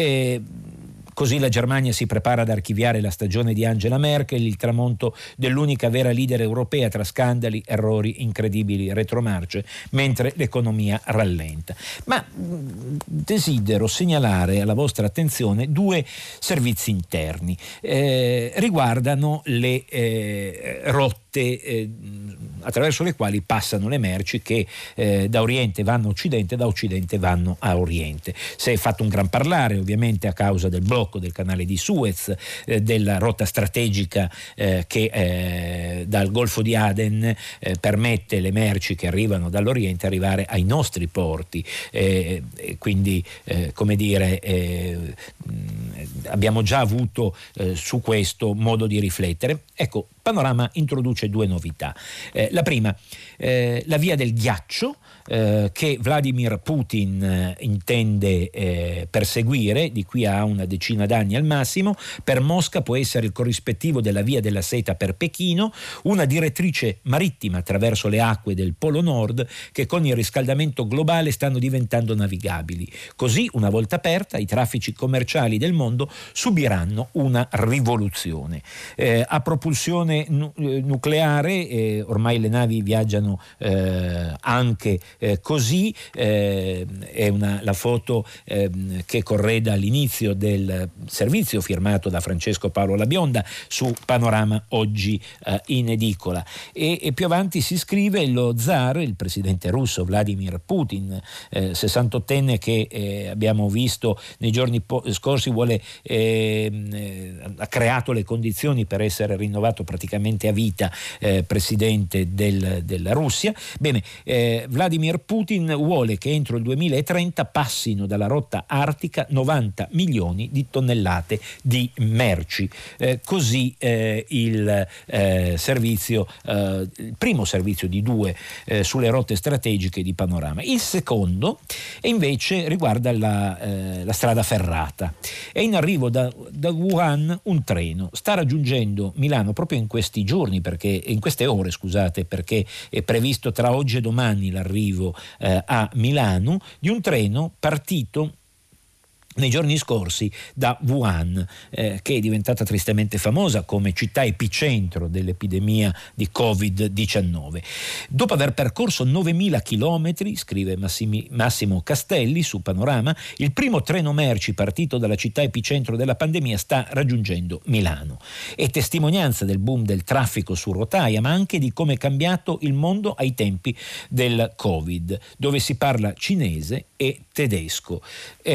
Così la Germania si prepara ad archiviare la stagione di Angela Merkel, il tramonto dell'unica vera leader europea tra scandali, errori, incredibili retromarce, mentre l'economia rallenta. Ma desidero segnalare alla vostra attenzione due servizi interni. Riguardano le rotte attraverso le quali passano le merci che da Oriente vanno a Occidente, da Occidente vanno a Oriente. Si è fatto un gran parlare, ovviamente, a causa del blocco del canale di Suez, della rotta strategica che dal Golfo di Aden permette le merci che arrivano dall'Oriente arrivare ai nostri porti, quindi come dire abbiamo già avuto su questo modo di riflettere. Ecco, Panorama introduce due novità. La prima, la via del ghiaccio, che Vladimir Putin intende perseguire di qui a una decina d'anni al massimo. Per Mosca può essere il corrispettivo della via della seta per Pechino, una direttrice marittima attraverso le acque del Polo Nord che con il riscaldamento globale stanno diventando navigabili. Così, una volta aperta, i traffici commerciali del mondo subiranno una rivoluzione. A propulsione nucleare, ormai le navi viaggiano anche così, è la foto che correda all'inizio del servizio firmato da Francesco Paolo Labionda su Panorama oggi in edicola, e più avanti si scrive: lo zar, il presidente russo Vladimir Putin, 68enne che abbiamo visto nei giorni scorsi ha creato le condizioni per essere rinnovato praticamente a vita presidente della Russia. Bene, Vladimir Putin vuole che entro il 2030 passino dalla rotta artica 90 milioni di tonnellate di merci. Così il servizio, il primo servizio di due sulle rotte strategiche di Panorama. Il secondo invece riguarda la strada ferrata. È in arrivo da Wuhan un treno, sta raggiungendo Milano proprio in questi giorni, in queste ore, perché è previsto tra oggi e domani l'arrivo a Milano di un treno partito nei giorni scorsi da Wuhan, che è diventata tristemente famosa come città epicentro dell'epidemia di Covid-19. Dopo aver percorso 9.000 chilometri, scrive Massimo Castelli su Panorama, il primo treno merci partito dalla città epicentro della pandemia sta raggiungendo Milano. È testimonianza del boom del traffico su rotaia, ma anche di come è cambiato il mondo ai tempi del Covid, dove si parla cinese e tedesco.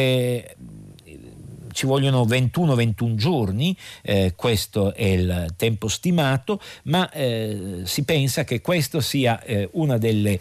Ci vogliono 21 giorni, questo è il tempo stimato, ma si pensa che questo sia una delle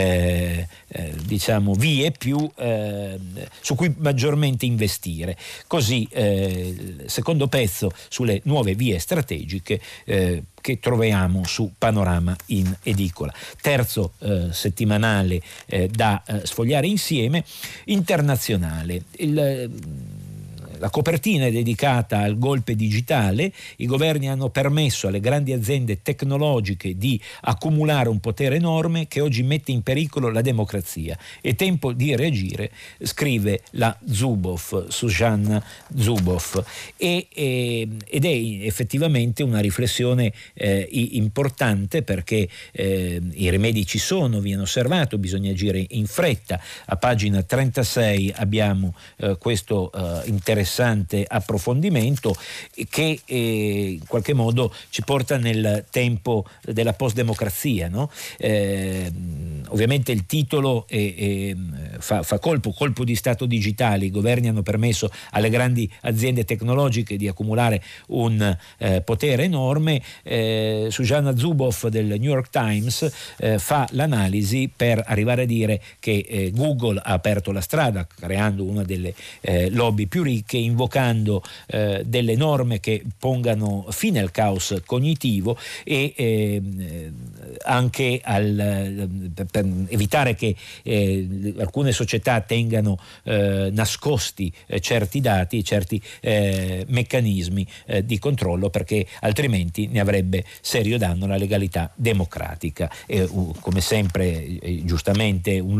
vie più su cui maggiormente investire. Così il secondo pezzo sulle nuove vie strategiche che troviamo su Panorama in edicola. Terzo settimanale da sfogliare insieme, internazionale. La copertina è dedicata al golpe digitale. I governi hanno permesso alle grandi aziende tecnologiche di accumulare un potere enorme che oggi mette in pericolo la democrazia. È tempo di reagire, scrive la Zuboff, Susanna Zuboff, ed è effettivamente una riflessione importante, perché i rimedi ci sono, viene osservato, bisogna agire in fretta. A pagina 36 abbiamo questo interessante approfondimento che in qualche modo ci porta nel tempo della post-democrazia, no? Ovviamente il titolo è fa colpo di stato digitale. I governi hanno permesso alle grandi aziende tecnologiche di accumulare un potere enorme. Shoshana Zuboff del New York Times fa l'analisi per arrivare a dire che Google ha aperto la strada creando una delle lobby più ricche, invocando delle norme che pongano fine al caos cognitivo e anche per evitare che alcune società tengano nascosti certi dati, certi meccanismi di controllo, perché altrimenti ne avrebbe serio danno la legalità democratica. Come sempre, giustamente una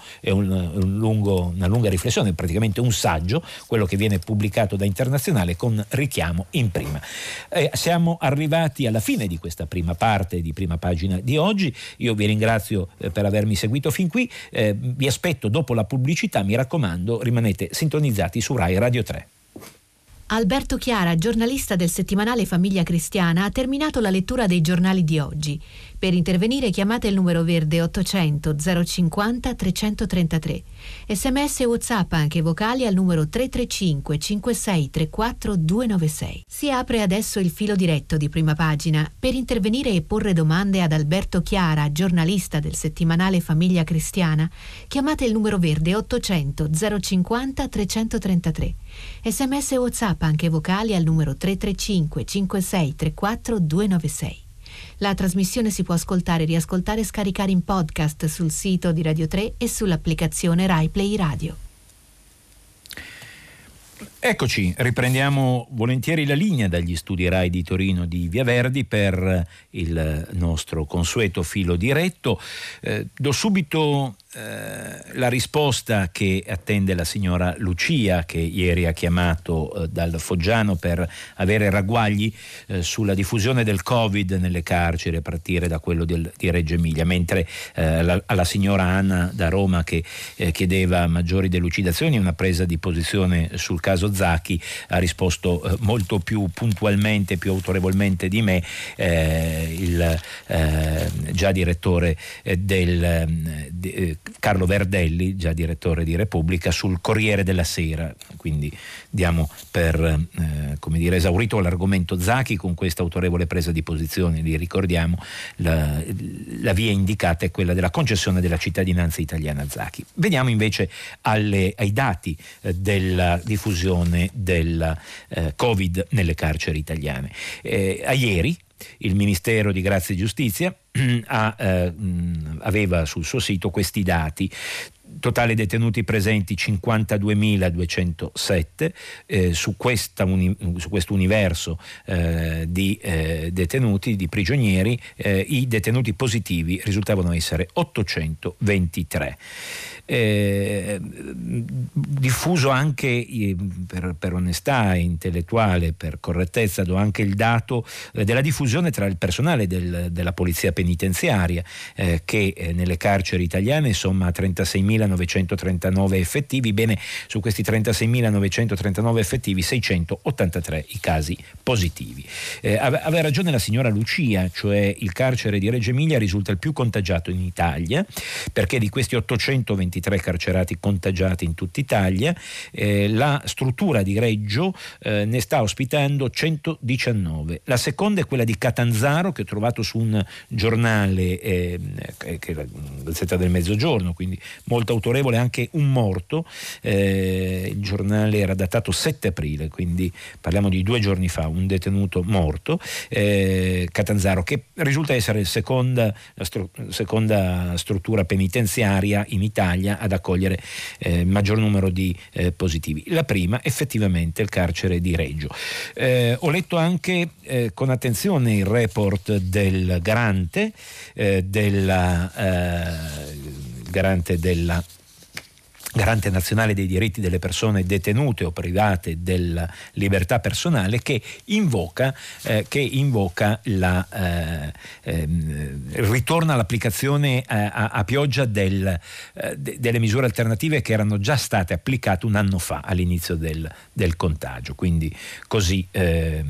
lunga riflessione, praticamente un saggio, quello che viene pubblicato da Internazionale con richiamo in prima. Siamo arrivati alla fine di questa prima parte di Prima Pagina di oggi. Io vi ringrazio per avermi seguito fin qui, vi aspetto dopo la pubblicità, mi raccomando, rimanete sintonizzati su Rai Radio 3. Alberto Chiara, giornalista del settimanale Famiglia Cristiana, ha terminato la lettura dei giornali di oggi. Per intervenire chiamate il numero verde 800 050 333. SMS e WhatsApp anche vocali al numero 335 56 34 296. Si apre adesso il filo diretto di Prima Pagina. Per intervenire e porre domande ad Alberto Chiara, giornalista del settimanale Famiglia Cristiana, chiamate il numero verde 800 050 333. SMS e WhatsApp anche vocali al numero 335 56 34 296. La trasmissione si può ascoltare, riascoltare e scaricare in podcast sul sito di Radio 3 e sull'applicazione Rai Play Radio. Eccoci, riprendiamo volentieri la linea dagli studi Rai di Torino di Via Verdi per il nostro consueto filo diretto. Do subito la risposta che attende la signora Lucia, che ieri ha chiamato dal Foggiano per avere ragguagli sulla diffusione del Covid nelle carceri a partire da quello di Reggio Emilia, mentre alla signora Anna da Roma, che chiedeva maggiori delucidazioni e una presa di posizione sul caso Zaki, ha risposto molto più puntualmente, più autorevolmente di me il già direttore Carlo Verdelli, già direttore di Repubblica, sul Corriere della Sera. Quindi diamo per esaurito l'argomento Zaki con questa autorevole presa di posizione. Li ricordiamo, la via indicata è quella della concessione della cittadinanza italiana a Zaki. Veniamo invece ai dati della diffusione del Covid nelle carceri italiane. A ieri il Ministero di Grazia e Giustizia aveva sul suo sito questi dati: totale detenuti presenti 52.207, su questo universo di detenuti, di prigionieri, i detenuti positivi risultavano essere 823. Diffuso anche, per onestà intellettuale, per correttezza, do anche il dato della diffusione tra il personale della polizia penitenziaria, che nelle carceri italiane somma 36.939 effettivi. Bene, su questi 36.939 effettivi 683 i casi positivi. Aveva ragione la signora Lucia, cioè il carcere di Reggio Emilia risulta il più contagiato in Italia, perché di questi 823 carcerati contagiati in tutta Italia, la struttura di Reggio ne sta ospitando 119. La seconda è quella di Catanzaro, che ho trovato su un giornale che è la Gazzetta del Mezzogiorno, quindi molto autorevole, anche un morto. Il giornale era datato 7 aprile, quindi parliamo di 2 giorni fa, un detenuto morto. Catanzaro, che risulta essere la seconda struttura penitenziaria in Italia ad accogliere il maggior numero di positivi. La prima effettivamente il carcere di Reggio. Ho letto anche con attenzione il report del garante Garante nazionale dei diritti delle persone detenute o private della libertà personale, che invoca ritorna all'applicazione a pioggia delle misure alternative che erano già state applicate un anno fa all'inizio del contagio. Quindi così per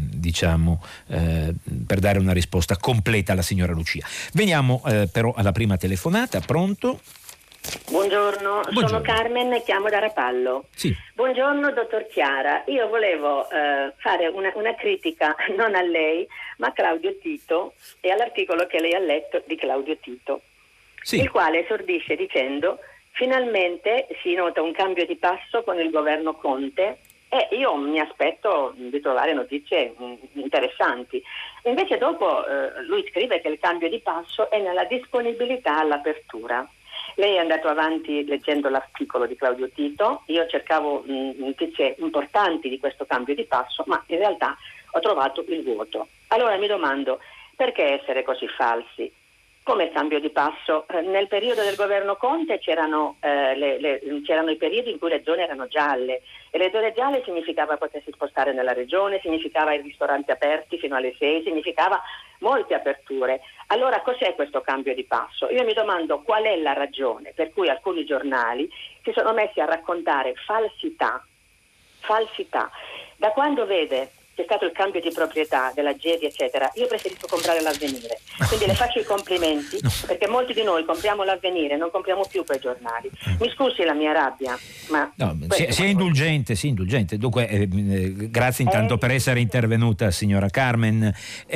dare una risposta completa alla signora Lucia. Veniamo però alla prima telefonata. Pronto? Buongiorno, sono Carmen e chiamo da Rapallo. Sì. Buongiorno dottor Chiara, io volevo fare una critica non a lei ma a Claudio Tito e all'articolo che lei ha letto di Claudio Tito, il quale esordisce dicendo: finalmente si nota un cambio di passo con il governo Conte e io mi aspetto di trovare notizie interessanti. Invece dopo lui scrive che il cambio di passo è nella disponibilità all'apertura. Lei è andato avanti leggendo l'articolo di Claudio Tito, io cercavo notizie importanti di questo cambio di passo, ma in realtà ho trovato il vuoto. Allora mi domando, perché essere così falsi? Come cambio di passo? Nel periodo del governo Conte c'erano i periodi in cui le zone erano gialle, e le zone gialle significava potersi spostare nella regione, significava i ristoranti aperti fino alle 6, significava molte aperture. Allora cos'è questo cambio di passo? Io mi domando qual è la ragione per cui alcuni giornali si sono messi a raccontare falsità. Da quando vede c'è stato il cambio di proprietà della Gedi eccetera, io preferisco comprare l'Avvenire, quindi le faccio i complimenti perché molti di noi compriamo l'Avvenire, non compriamo più quei giornali. Mi scusi la mia rabbia, ma sia indulgente. Dunque grazie intanto per essere intervenuta, signora Carmen.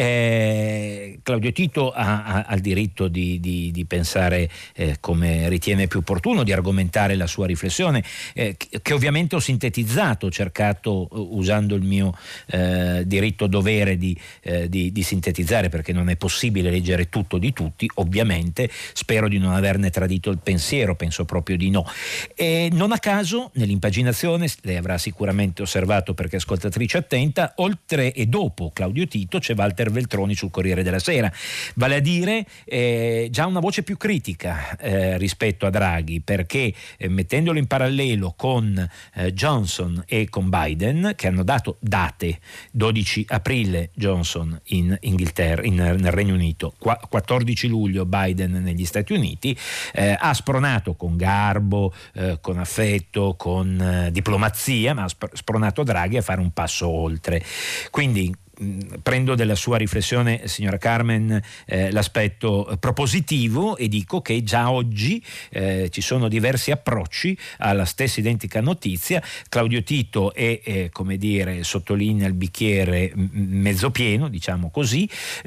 Claudio Tito ha il diritto di pensare come ritiene più opportuno, di argomentare la sua riflessione, che ovviamente ho sintetizzato, ho cercato usando il mio diritto dovere di sintetizzare, perché non è possibile leggere tutto di tutti, ovviamente. Spero di non averne tradito il pensiero, penso proprio di no. E non a caso nell'impaginazione, lei avrà sicuramente osservato perché è ascoltatrice attenta, oltre e dopo Claudio Tito c'è Walter Veltroni sul Corriere della Sera, vale a dire già una voce più critica rispetto a Draghi, perché mettendolo in parallelo con Johnson e con Biden, che hanno dato date: 12 aprile Johnson in Inghilterra, nel Regno Unito, 14 luglio Biden negli Stati Uniti, ha spronato con garbo, con affetto, con diplomazia, ma ha spronato Draghi a fare un passo oltre. Quindi prendo della sua riflessione, signora Carmen, l'aspetto propositivo e dico che già oggi ci sono diversi approcci alla stessa identica notizia. Claudio Tito è come dire, sottolinea il bicchiere mezzo pieno, diciamo così,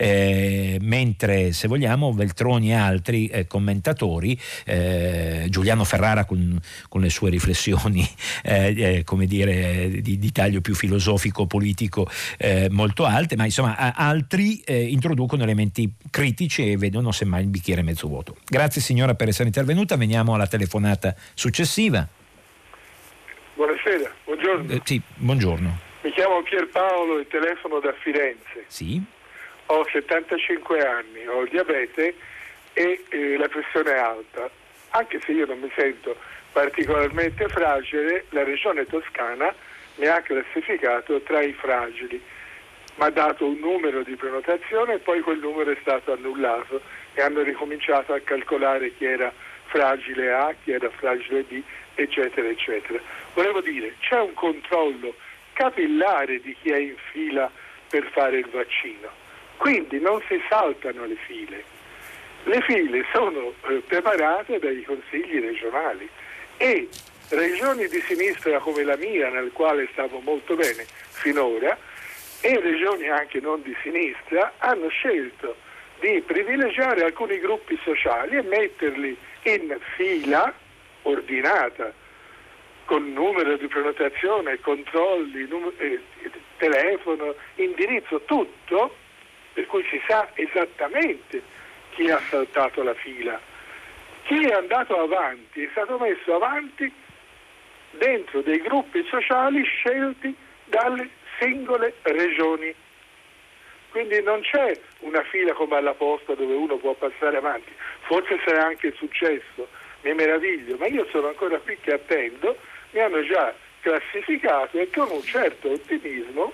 mentre, se vogliamo, Veltroni e altri commentatori, Giuliano Ferrara con le sue riflessioni come dire di taglio più filosofico politico molto alte, ma insomma altri introducono elementi critici e vedono semmai il bicchiere mezzo vuoto. Grazie signora per essere intervenuta, veniamo alla telefonata successiva. Buonasera, buongiorno. Sì, buongiorno. Mi chiamo Pierpaolo e telefono da Firenze. Sì. Ho 75 anni, ho il diabete e la pressione è alta. Anche se io non mi sento particolarmente fragile, la regione Toscana mi ha classificato tra i fragili. Mi ha dato un numero di prenotazione e poi quel numero è stato annullato e hanno ricominciato a calcolare chi era fragile A, chi era fragile B, eccetera, eccetera. Volevo dire, c'è un controllo capillare di chi è in fila per fare il vaccino, quindi non si saltano le file. Le file sono preparate dai consigli regionali e regioni di sinistra come la mia, nel quale stavo molto bene finora, e regioni anche non di sinistra hanno scelto di privilegiare alcuni gruppi sociali e metterli in fila ordinata, con numero di prenotazione, controlli, telefono, indirizzo, tutto, per cui si sa esattamente chi ha saltato la fila. Chi è andato avanti è stato messo avanti dentro dei gruppi sociali scelti dalle singole regioni. Quindi non c'è una fila come alla posta dove uno può passare avanti. Forse sarà anche successo, mi meraviglio, ma io sono ancora qui che attendo. Mi hanno già classificato e con un certo ottimismo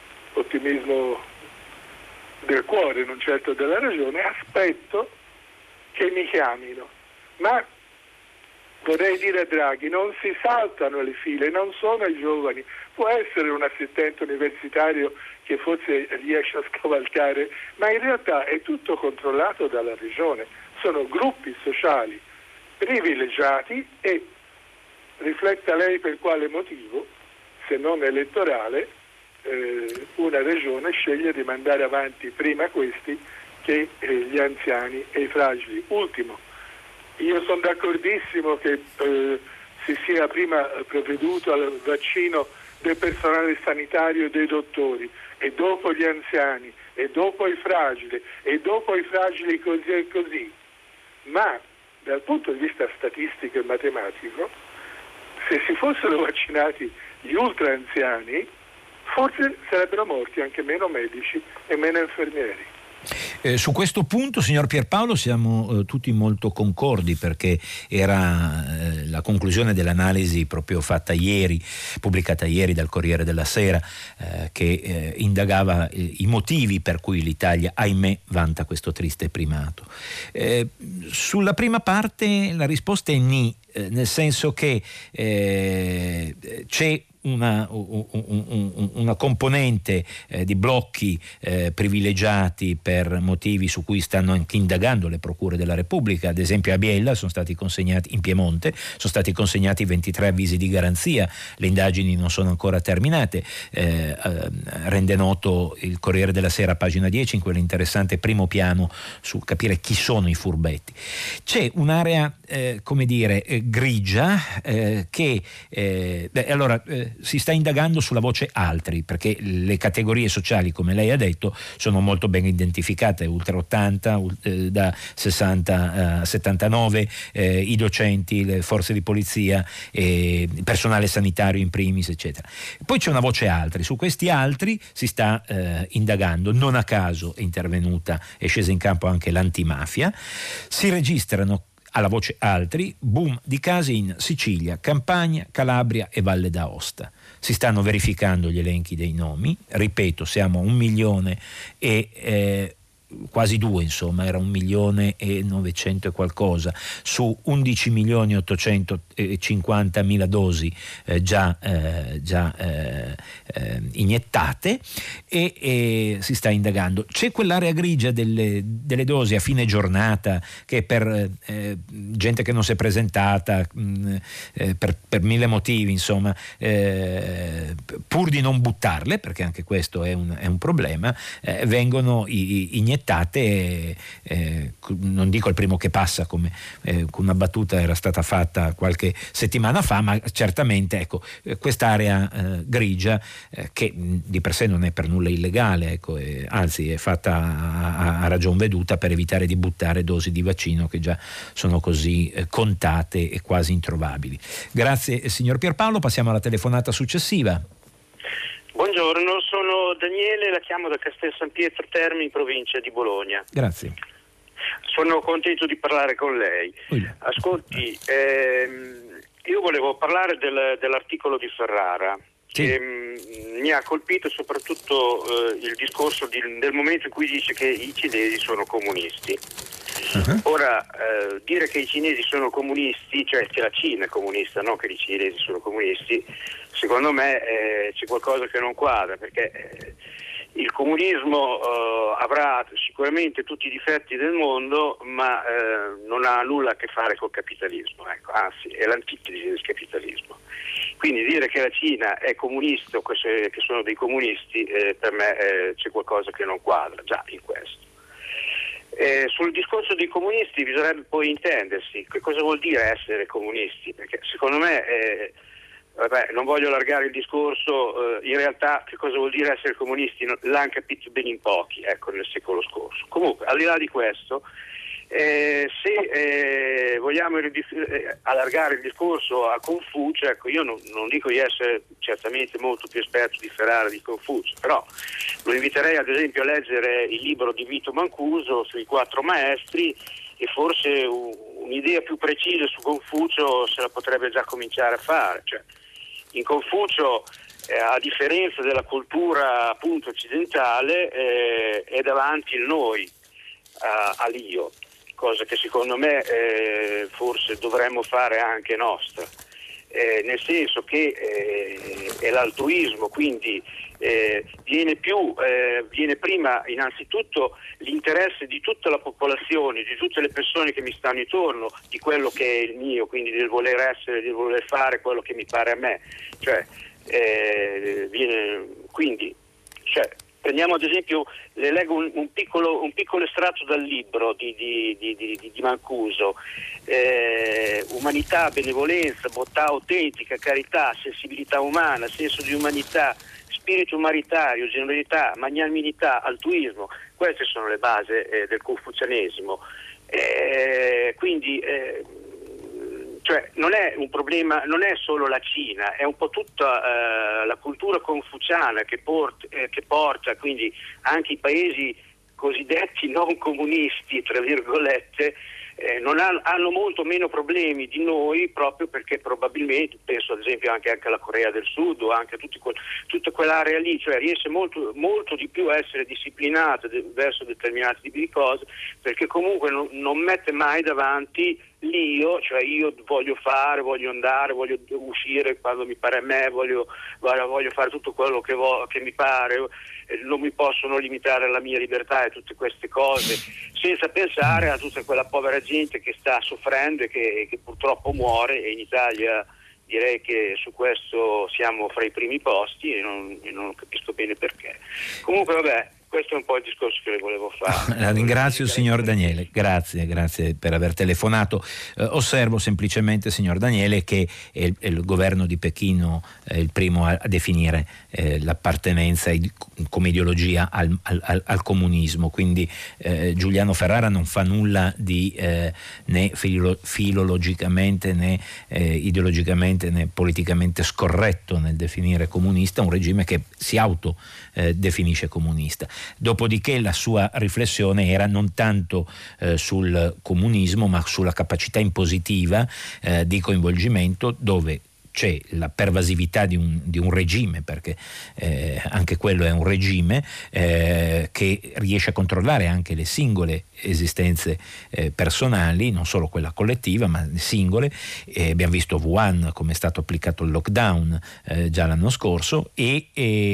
del cuore, non certo della ragione, aspetto che mi chiamino. Ma vorrei dire a Draghi, non si saltano le file, non sono i giovani. Può essere un assistente universitario che forse riesce a scavalcare, ma in realtà è tutto controllato dalla regione. Sono gruppi sociali privilegiati, e rifletta lei per quale motivo, se non elettorale, una regione sceglie di mandare avanti prima questi che gli anziani e i fragili. Ultimo, io sono d'accordissimo che si sia prima provveduto al vaccino del personale sanitario e dei dottori, e dopo gli anziani, e dopo i fragili, e dopo i fragili così e così, ma dal punto di vista statistico e matematico, se si fossero vaccinati gli ultra anziani, forse sarebbero morti anche meno medici e meno infermieri. Su questo punto, signor Pierpaolo, siamo tutti molto concordi, perché era la conclusione dell'analisi proprio fatta ieri, pubblicata ieri dal Corriere della Sera, che indagava i motivi per cui l'Italia, ahimè, vanta questo triste primato. Sulla prima parte la risposta è ni, nel senso che c'è una componente di blocchi privilegiati per motivi su cui stanno anche indagando le procure della Repubblica. Ad esempio a Biella sono stati consegnati, in Piemonte sono stati consegnati 23 avvisi di garanzia, le indagini non sono ancora terminate, rende noto il Corriere della Sera, pagina 10, in quell'interessante primo piano su capire chi sono i furbetti. C'è un'area grigia che allora si sta indagando sulla voce altri, perché le categorie sociali, come lei ha detto, sono molto ben identificate: ultra 80, da 60 a 79, i docenti, le forze di polizia, il personale sanitario in primis, eccetera. Poi c'è una voce altri, su questi altri si sta indagando. Non a caso è intervenuta, è scesa in campo anche l'antimafia. Si registrano alla voce altri boom di casi in Sicilia, Campania, Calabria e Valle d'Aosta. Si stanno verificando gli elenchi dei nomi, ripeto, siamo a 1 milione e quasi 2, insomma, era 1.900.000 e qualcosa su 11.850.000 dosi già iniettate, e si sta indagando. C'è quell'area grigia delle dosi a fine giornata, che per gente che non si è presentata per 1000 motivi, insomma, pur di non buttarle, perché anche questo è un problema, vengono iniettate, non dico il primo che passa, come una battuta era stata fatta qualche settimana fa, ma certamente, ecco, quest'area grigia, che di per sé non è per nulla illegale, ecco, anzi è fatta a ragion veduta per evitare di buttare dosi di vaccino che già sono così contate e quasi introvabili. Grazie signor Pierpaolo, passiamo alla telefonata successiva. Buongiorno, sono Daniele, la chiamo da Castel San Pietro Terme, in provincia di Bologna. Grazie. Sono contento di parlare con lei. Ascolti, io volevo parlare dell'articolo di Ferrara, sì, che mi ha colpito soprattutto il discorso del momento in cui dice che i cinesi sono comunisti. Uh-huh. Ora, dire che i cinesi sono comunisti, cioè che la Cina è comunista, non che i cinesi sono comunisti, secondo me c'è qualcosa che non quadra, perché il comunismo avrà sicuramente tutti i difetti del mondo, ma non ha nulla a che fare col capitalismo, ecco, anzi è l'antitesi del capitalismo. Quindi dire che la Cina è comunista o che sono dei comunisti, per me c'è qualcosa che non quadra già in questo. Sul discorso dei comunisti bisognerebbe poi intendersi che cosa vuol dire essere comunisti, perché secondo me non voglio allargare il discorso, in realtà che cosa vuol dire essere comunisti l'hanno capito ben in pochi, ecco, nel secolo scorso. Comunque, al di là di questo, se vogliamo allargare il discorso a Confucio, ecco, io non dico di essere certamente molto più esperto di Ferrara di Confucio, però lo inviterei ad esempio a leggere il libro di Vito Mancuso sui 4 maestri, e forse un'idea più precisa su Confucio se la potrebbe già cominciare a fare. Cioè, in Confucio, a differenza della cultura appunto occidentale, è davanti il noi all'io, cosa che secondo me forse dovremmo fare anche nostra, nel senso che è l'altruismo, quindi viene prima innanzitutto l'interesse di tutta la popolazione, di tutte le persone che mi stanno intorno, di quello che è il mio, quindi del voler essere, del voler fare quello che mi pare a me. Prendiamo ad esempio, le leggo un piccolo estratto dal libro di Mancuso. Umanità, benevolenza, bontà autentica, carità, sensibilità umana, senso di umanità, spirito umanitario, generosità, magnanimità, altruismo. Queste sono le basi del confucianesimo. Non è un problema, non è solo la Cina, è un po' tutta la cultura confuciana che porta quindi anche i paesi cosiddetti non comunisti, tra virgolette, hanno molto meno problemi di noi, proprio perché probabilmente, penso ad esempio anche alla Corea del Sud o anche a tutta quell'area lì, cioè riesce molto, molto di più a essere disciplinata verso determinati tipi di cose, perché comunque non mette mai davanti l'io, cioè io voglio fare, voglio andare, voglio uscire quando mi pare a me, voglio fare tutto quello che mi pare, non mi possono limitare alla mia libertà e tutte queste cose, senza pensare a tutta quella povera gente che sta soffrendo e che purtroppo muore, e in Italia direi che su questo siamo fra i primi posti e non capisco bene perché. Comunque vabbè, questo è un po' il discorso che le volevo fare. La ringrazio, signor Daniele, grazie per aver telefonato. Osservo semplicemente, signor Daniele, che è il governo di Pechino è il primo a definire l'appartenenza come ideologia al comunismo, quindi Giuliano Ferrara non fa nulla di né filologicamente né ideologicamente né politicamente scorretto nel definire comunista un regime che si definisce comunista. Dopodiché la sua riflessione era non tanto sul comunismo, ma sulla capacità impositiva di coinvolgimento, dove c'è la pervasività di un regime, perché anche quello è un regime che riesce a controllare anche le singole esistenze personali, non solo quella collettiva ma singole. Abbiamo visto Wuhan come è stato applicato il lockdown già l'anno scorso, e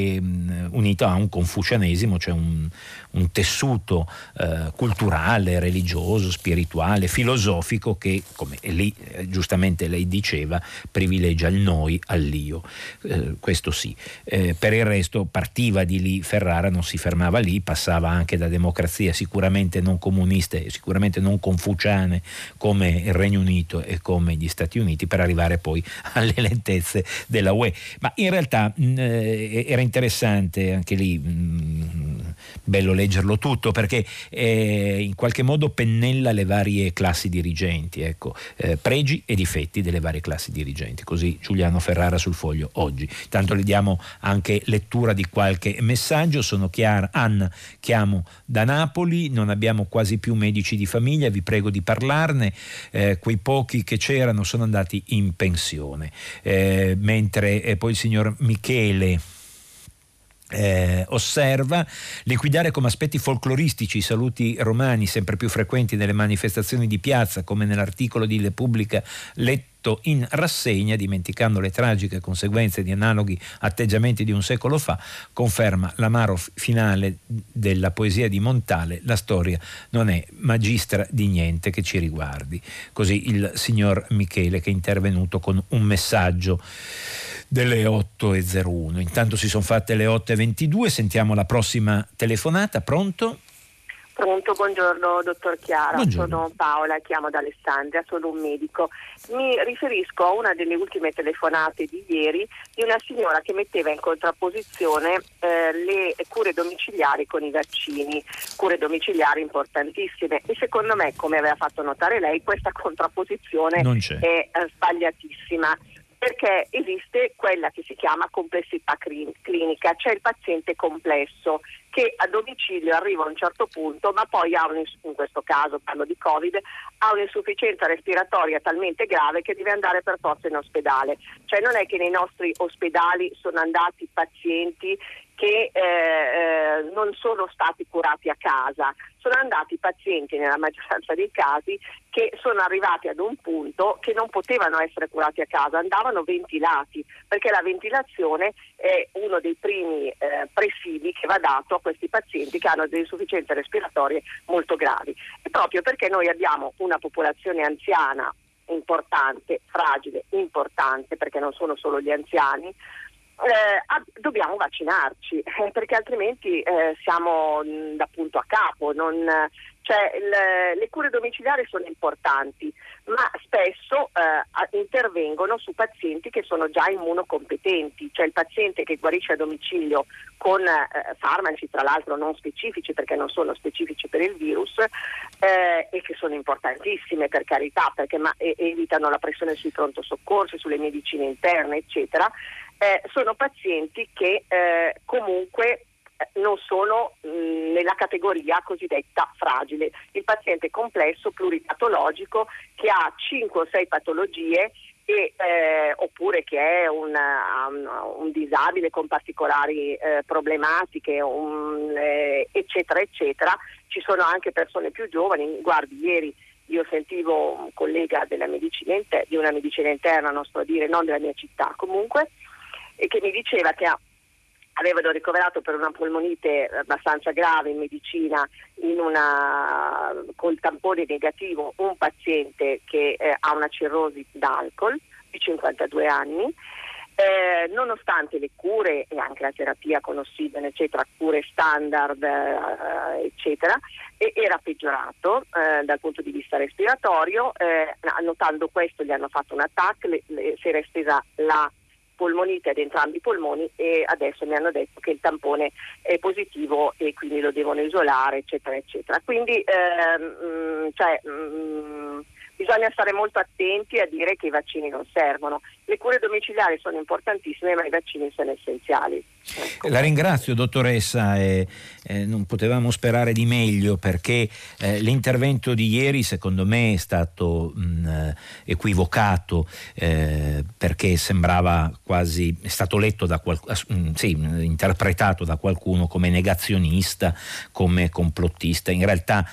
unito a un confucianesimo, cioè un tessuto culturale, religioso, spirituale, filosofico che, come giustamente lei diceva, privilegia il noi all'io. Questo sì. Per il resto partiva di lì Ferrara, non si fermava lì, passava anche da democrazie sicuramente non comuniste e sicuramente non confuciane come il Regno Unito e come gli Stati Uniti, per arrivare poi alle lentezze della UE. Ma in realtà era interessante anche lì, bello leggerlo tutto, perché in qualche modo pennella le varie classi dirigenti, pregi e difetti delle varie classi dirigenti. Così Giuliano Ferrara sul Foglio oggi. Tanto le diamo anche lettura di qualche messaggio. Sono Anna, chiamo da Napoli, non abbiamo quasi più medici di famiglia, vi prego di parlarne, quei pochi che c'erano sono andati in pensione. Mentre poi il signor Michele osserva: liquidare come aspetti folcloristici i saluti romani sempre più frequenti nelle manifestazioni di piazza, come nell'articolo di Repubblica letto in rassegna, dimenticando le tragiche conseguenze di analoghi atteggiamenti di un secolo fa, conferma l'amaro finale della poesia di Montale: la storia non è magistra di niente che ci riguardi. Così il signor Michele, che è intervenuto con un messaggio delle 8.01. Intanto si sono fatte le 8.22, sentiamo la prossima telefonata. Pronto? Pronto, buongiorno dottor Chiara. Buongiorno. Sono Paola, chiamo da Alessandria, sono un medico. Mi riferisco a una delle ultime telefonate di ieri di una signora che metteva in contrapposizione le cure domiciliari con i vaccini, cure domiciliari importantissime, e secondo me, come aveva fatto notare lei, questa contrapposizione è sbagliatissima, perché esiste quella che si chiama complessità clinica, cioè il paziente complesso che a domicilio arriva a un certo punto, ma poi in questo caso parlo di Covid, ha un'insufficienza respiratoria talmente grave che deve andare per forza in ospedale. Cioè non è che nei nostri ospedali sono andati pazienti che non sono stati curati a casa, sono andati pazienti nella maggioranza dei casi che sono arrivati ad un punto che non potevano essere curati a casa, andavano ventilati, perché la ventilazione è uno dei primi presidi che va dato a questi pazienti che hanno delle insufficienze respiratorie molto gravi. E proprio perché noi abbiamo una popolazione anziana importante, fragile, importante, perché non sono solo gli anziani, dobbiamo vaccinarci, perché altrimenti siamo da punto a capo. Le cure domiciliari sono importanti, ma spesso intervengono su pazienti che sono già immunocompetenti, cioè il paziente che guarisce a domicilio con farmaci, tra l'altro non specifici, perché non sono specifici per il virus, e che sono importantissime, per carità, perché evitano la pressione sui pronto soccorsi, sulle medicine interne, eccetera. Sono pazienti che comunque non sono nella categoria cosiddetta fragile. Il paziente complesso pluripatologico che ha 5 o 6 patologie oppure che è un disabile con particolari problematiche, eccetera eccetera. Ci sono anche persone più giovani. Guardi, ieri io sentivo un collega di una medicina interna, a nostro dire, non della mia città comunque, e che mi diceva che avevano ricoverato per una polmonite abbastanza grave in medicina col tampone negativo un paziente che ha una cirrosi d'alcol di 52 anni. Nonostante le cure e anche la terapia con ossigeno, eccetera, cure standard, eccetera, era peggiorato dal punto di vista respiratorio. Notando questo gli hanno fatto un TAC, si era estesa la polmonite ad entrambi i polmoni e adesso mi hanno detto che il tampone è positivo e quindi lo devono isolare, eccetera eccetera. Quindi bisogna stare molto attenti a dire che i vaccini non servono. Le cure domiciliari sono importantissime, ma i vaccini sono essenziali. Ecco. La ringrazio, dottoressa, non potevamo sperare di meglio, perché l'intervento di ieri secondo me è stato equivocato, perché sembrava quasi, è stato letto interpretato da qualcuno come negazionista, come complottista. In realtà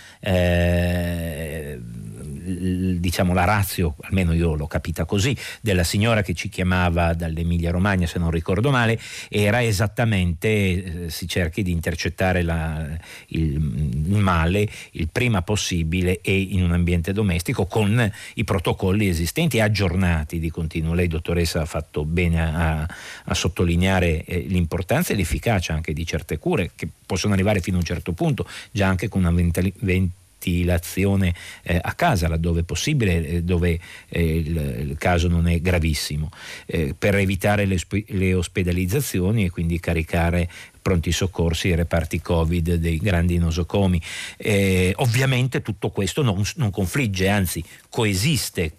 diciamo la ratio, almeno io l'ho capita così, della signora che ci chiamava dall'Emilia Romagna, se non ricordo male, era esattamente si cerchi di intercettare il male il prima possibile e in un ambiente domestico con i protocolli esistenti e aggiornati di continuo. Lei, dottoressa, ha fatto bene a sottolineare l'importanza e l'efficacia anche di certe cure che possono arrivare fino a un certo punto, già anche con una ventilazione a casa laddove è possibile, dove il caso non è gravissimo, per evitare le ospedalizzazioni e quindi caricare pronti soccorsi e reparti Covid dei grandi nosocomi. Ovviamente tutto questo non confligge, anzi coesiste,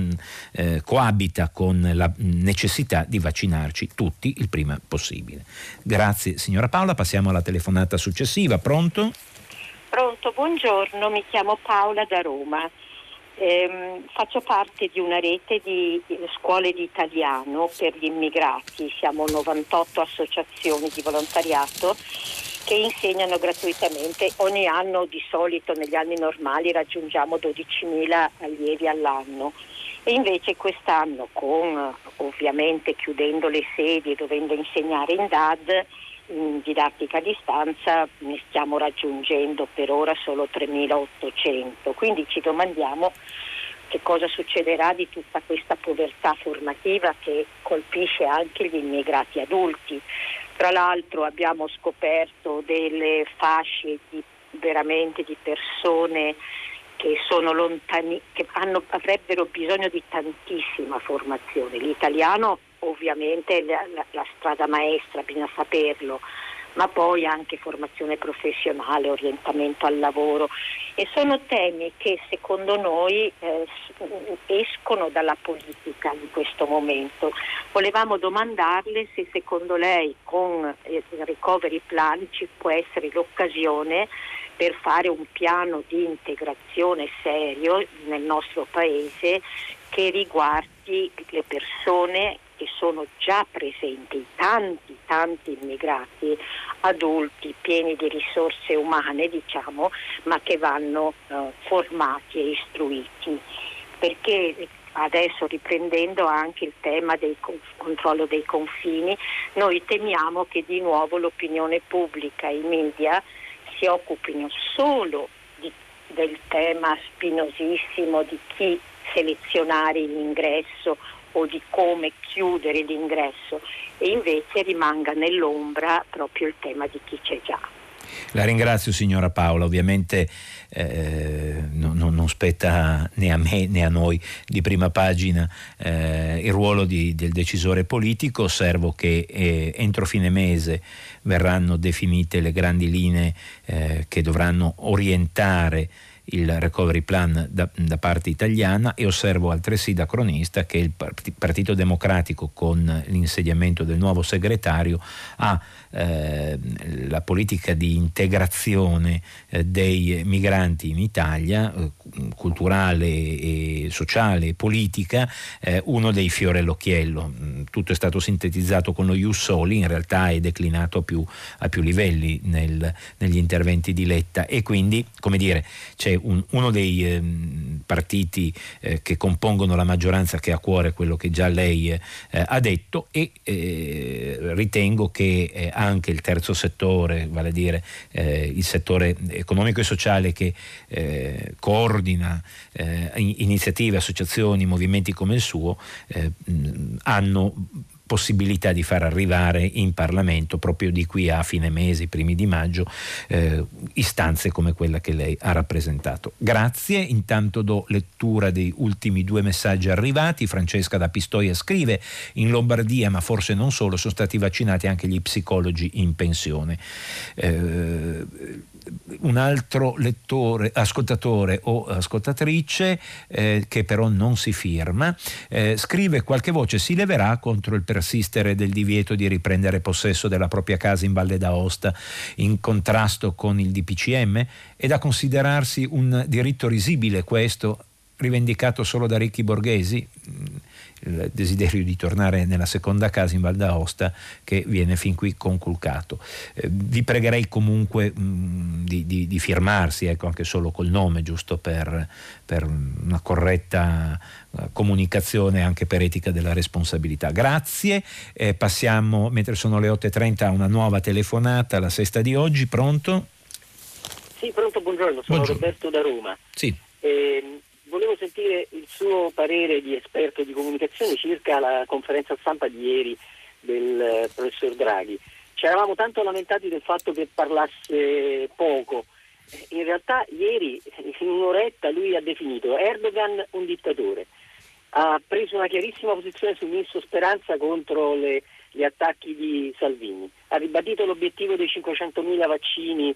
coabita con la necessità di vaccinarci tutti il prima possibile. Grazie signora Paola, passiamo alla telefonata successiva. Pronto? Pronto, buongiorno, mi chiamo Paola da Roma. Faccio parte di una rete di scuole di italiano per gli immigrati. Siamo 98 associazioni di volontariato che insegnano gratuitamente. Ogni anno, di solito negli anni normali, raggiungiamo 12.000 allievi all'anno. E invece quest'anno, ovviamente chiudendo le sedi e dovendo insegnare in DAD, in didattica a distanza, ne stiamo raggiungendo per ora solo 3.800. Quindi ci domandiamo che cosa succederà di tutta questa povertà formativa che colpisce anche gli immigrati adulti. Tra l'altro abbiamo scoperto delle fasce di persone che sono lontani, che avrebbero bisogno di tantissima formazione. L'italiano ovviamente è la strada maestra, bisogna saperlo, ma poi anche formazione professionale, orientamento al lavoro, e sono temi che secondo noi escono dalla politica in questo momento. Volevamo domandarle se secondo lei con il Recovery Plan ci può essere l'occasione per fare un piano di integrazione serio nel nostro paese che riguardi le persone che sono già presenti, tanti immigrati adulti pieni di risorse umane, diciamo, ma che vanno formati e istruiti, perché adesso, riprendendo anche il tema del controllo dei confini, noi temiamo che di nuovo l'opinione pubblica, i media si occupino solo del tema spinosissimo di chi selezionare l'ingresso o di come chiudere l'ingresso, e invece rimanga nell'ombra proprio il tema di chi c'è già. La ringrazio, signora Paola. Ovviamente non spetta né a me né a noi di prima pagina il ruolo del decisore politico. Osservo che entro fine mese verranno definite le grandi linee che dovranno orientare il recovery plan da parte italiana, e osservo altresì da cronista che il Partito Democratico, con l'insediamento del nuovo segretario, ha la politica di integrazione dei migranti in Italia, culturale e sociale e politica, uno dei fiori all'occhiello. Tutto è stato sintetizzato con lo ius soli, in realtà è declinato a più livelli negli interventi di Letta, e quindi, come dire, c'è uno dei partiti che compongono la maggioranza che ha a cuore quello che già lei ha detto, e ritengo che anche il terzo settore, vale a dire il settore economico e sociale, che coordina iniziative, associazioni, movimenti come il suo, hanno possibilità di far arrivare in Parlamento proprio di qui a fine mese, primi di maggio, istanze come quella che lei ha rappresentato. Grazie. Intanto do lettura dei ultimi 2 messaggi arrivati. Francesca da Pistoia scrive: in Lombardia, ma forse non solo, sono stati vaccinati anche gli psicologi in pensione. Un altro ascoltatore o ascoltatrice che però non si firma, scrive: qualche voce si leverà contro il persistere del divieto di riprendere possesso della propria casa in Valle d'Aosta, in contrasto con il DPCM? È da considerarsi un diritto risibile questo, rivendicato solo da ricchi borghesi? Il desiderio di tornare nella seconda casa in Val d'Aosta, che viene fin qui conculcato. Vi pregherei comunque di firmarsi, ecco, anche solo col nome, giusto per una corretta comunicazione, anche per etica della responsabilità. Grazie. Passiamo, mentre sono le 8:30, a una nuova telefonata, la sesta di oggi. Pronto? Sì, pronto, buongiorno, sono Roberto da Roma. Sì. Volevo sentire il suo parere di esperto di comunicazione circa la conferenza stampa di ieri del professor Draghi. Ci eravamo tanto lamentati del fatto che parlasse poco. In realtà ieri, in un'oretta, lui ha definito Erdogan un dittatore. Ha preso una chiarissima posizione sul ministro Speranza contro gli attacchi di Salvini. Ha ribadito l'obiettivo dei 500.000 vaccini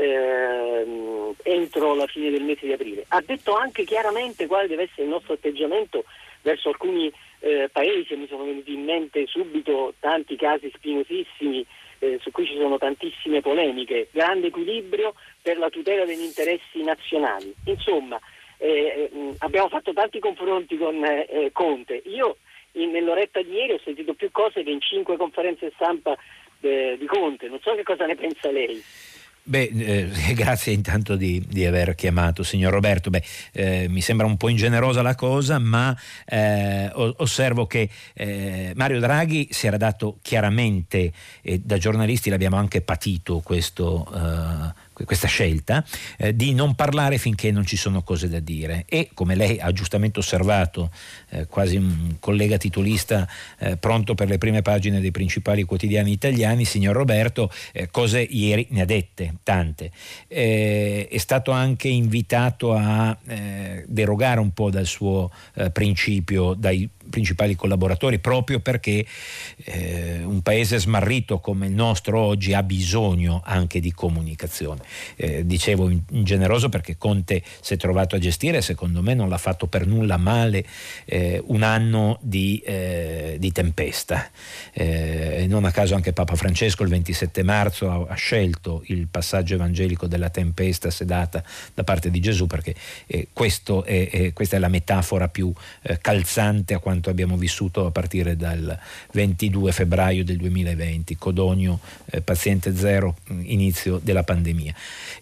entro la fine del mese di aprile. Ha detto anche chiaramente quale deve essere il nostro atteggiamento verso alcuni paesi, e mi sono venuti in mente subito tanti casi spinosissimi su cui ci sono tantissime polemiche. Grande equilibrio per la tutela degli interessi nazionali. Insomma, abbiamo fatto tanti confronti con Conte. Io nell'oretta di ieri ho sentito più cose che in 5 conferenze stampa di Conte. Non so che cosa ne pensa lei. Grazie intanto di aver chiamato, signor Roberto. Mi sembra un po' ingenerosa la cosa, ma osservo che Mario Draghi si era dato chiaramente, e da giornalisti l'abbiamo anche patito questa scelta, di non parlare finché non ci sono cose da dire, e come lei ha giustamente osservato, quasi un collega titolista pronto per le prime pagine dei principali quotidiani italiani, signor Roberto, cose ieri ne ha dette tante. È stato anche invitato a derogare un po' dal suo principio, dai principali collaboratori, proprio perché un paese smarrito come il nostro oggi ha bisogno anche di comunicazione. dicevo ingeneroso perché Conte si è trovato a gestire, secondo me non l'ha fatto per nulla male, un anno di tempesta. Non a caso anche Papa Francesco il 27 marzo ha scelto il passaggio evangelico della tempesta sedata da parte di Gesù, perché questa è la metafora più calzante a quanto abbiamo vissuto a partire dal 22 febbraio del 2020, Codogno, paziente zero, inizio della pandemia.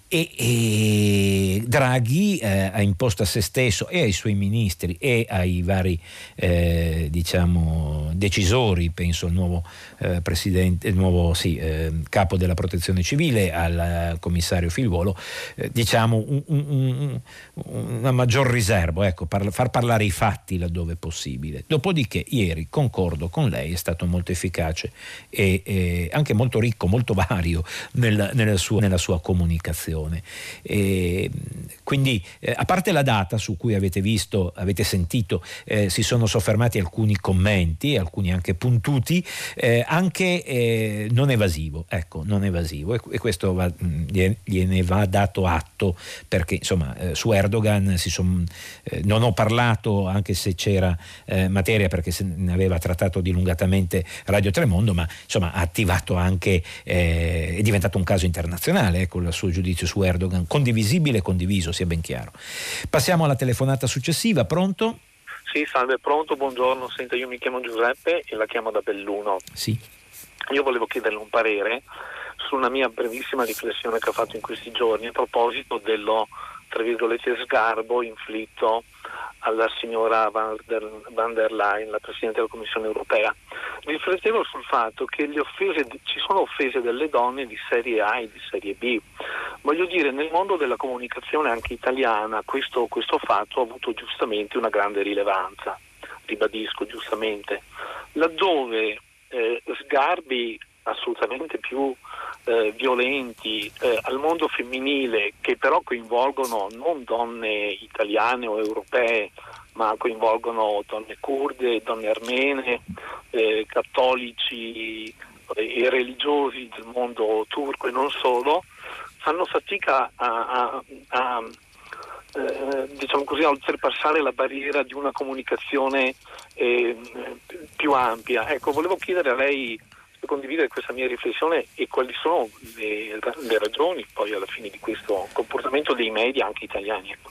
E Draghi ha imposto a se stesso e ai suoi ministri e ai vari decisori, penso al nuovo presidente, il nuovo capo della protezione civile, al commissario Figliuolo, una maggior riserva, far parlare i fatti laddove possibile. Dopodiché ieri, concordo con lei, è stato molto efficace e anche molto ricco, molto vario nella sua comunicazione. Quindi a parte la data su cui avete sentito, si sono soffermati alcuni commenti, alcuni anche puntuti, anche non evasivo, e questo gliene va dato atto, perché insomma su Erdogan non ho parlato, anche se c'era materia, perché se ne aveva trattato dilungatamente Radio Tremondo, ma insomma ha attivato anche, è diventato un caso internazionale, il suo giudizio su Erdogan, condivisibile e condiviso, sia ben chiaro. Passiamo alla telefonata successiva. Pronto? Sì, salve, pronto, buongiorno. Senta, io mi chiamo Giuseppe e la chiamo da Belluno. Sì. Io volevo chiederle un parere su una mia brevissima riflessione che ho fatto in questi giorni a proposito dello, tra virgolette, sgarbo inflitto alla signora van der Leyen, la Presidente della Commissione Europea. Riflettevo sul fatto che ci sono offese delle donne di serie A e di serie B. Voglio dire, nel mondo della comunicazione anche italiana questo fatto ha avuto giustamente una grande rilevanza, ribadisco giustamente, laddove sgarbi assolutamente più violenti al mondo femminile, che però coinvolgono non donne italiane o europee, ma coinvolgono donne curde, donne armene, cattolici e religiosi del mondo turco e non solo, fanno fatica a oltrepassare la barriera di una comunicazione più ampia. Ecco, volevo chiedere a lei se condividere questa mia riflessione e quali sono le ragioni poi alla fine di questo comportamento dei media anche italiani. Ecco.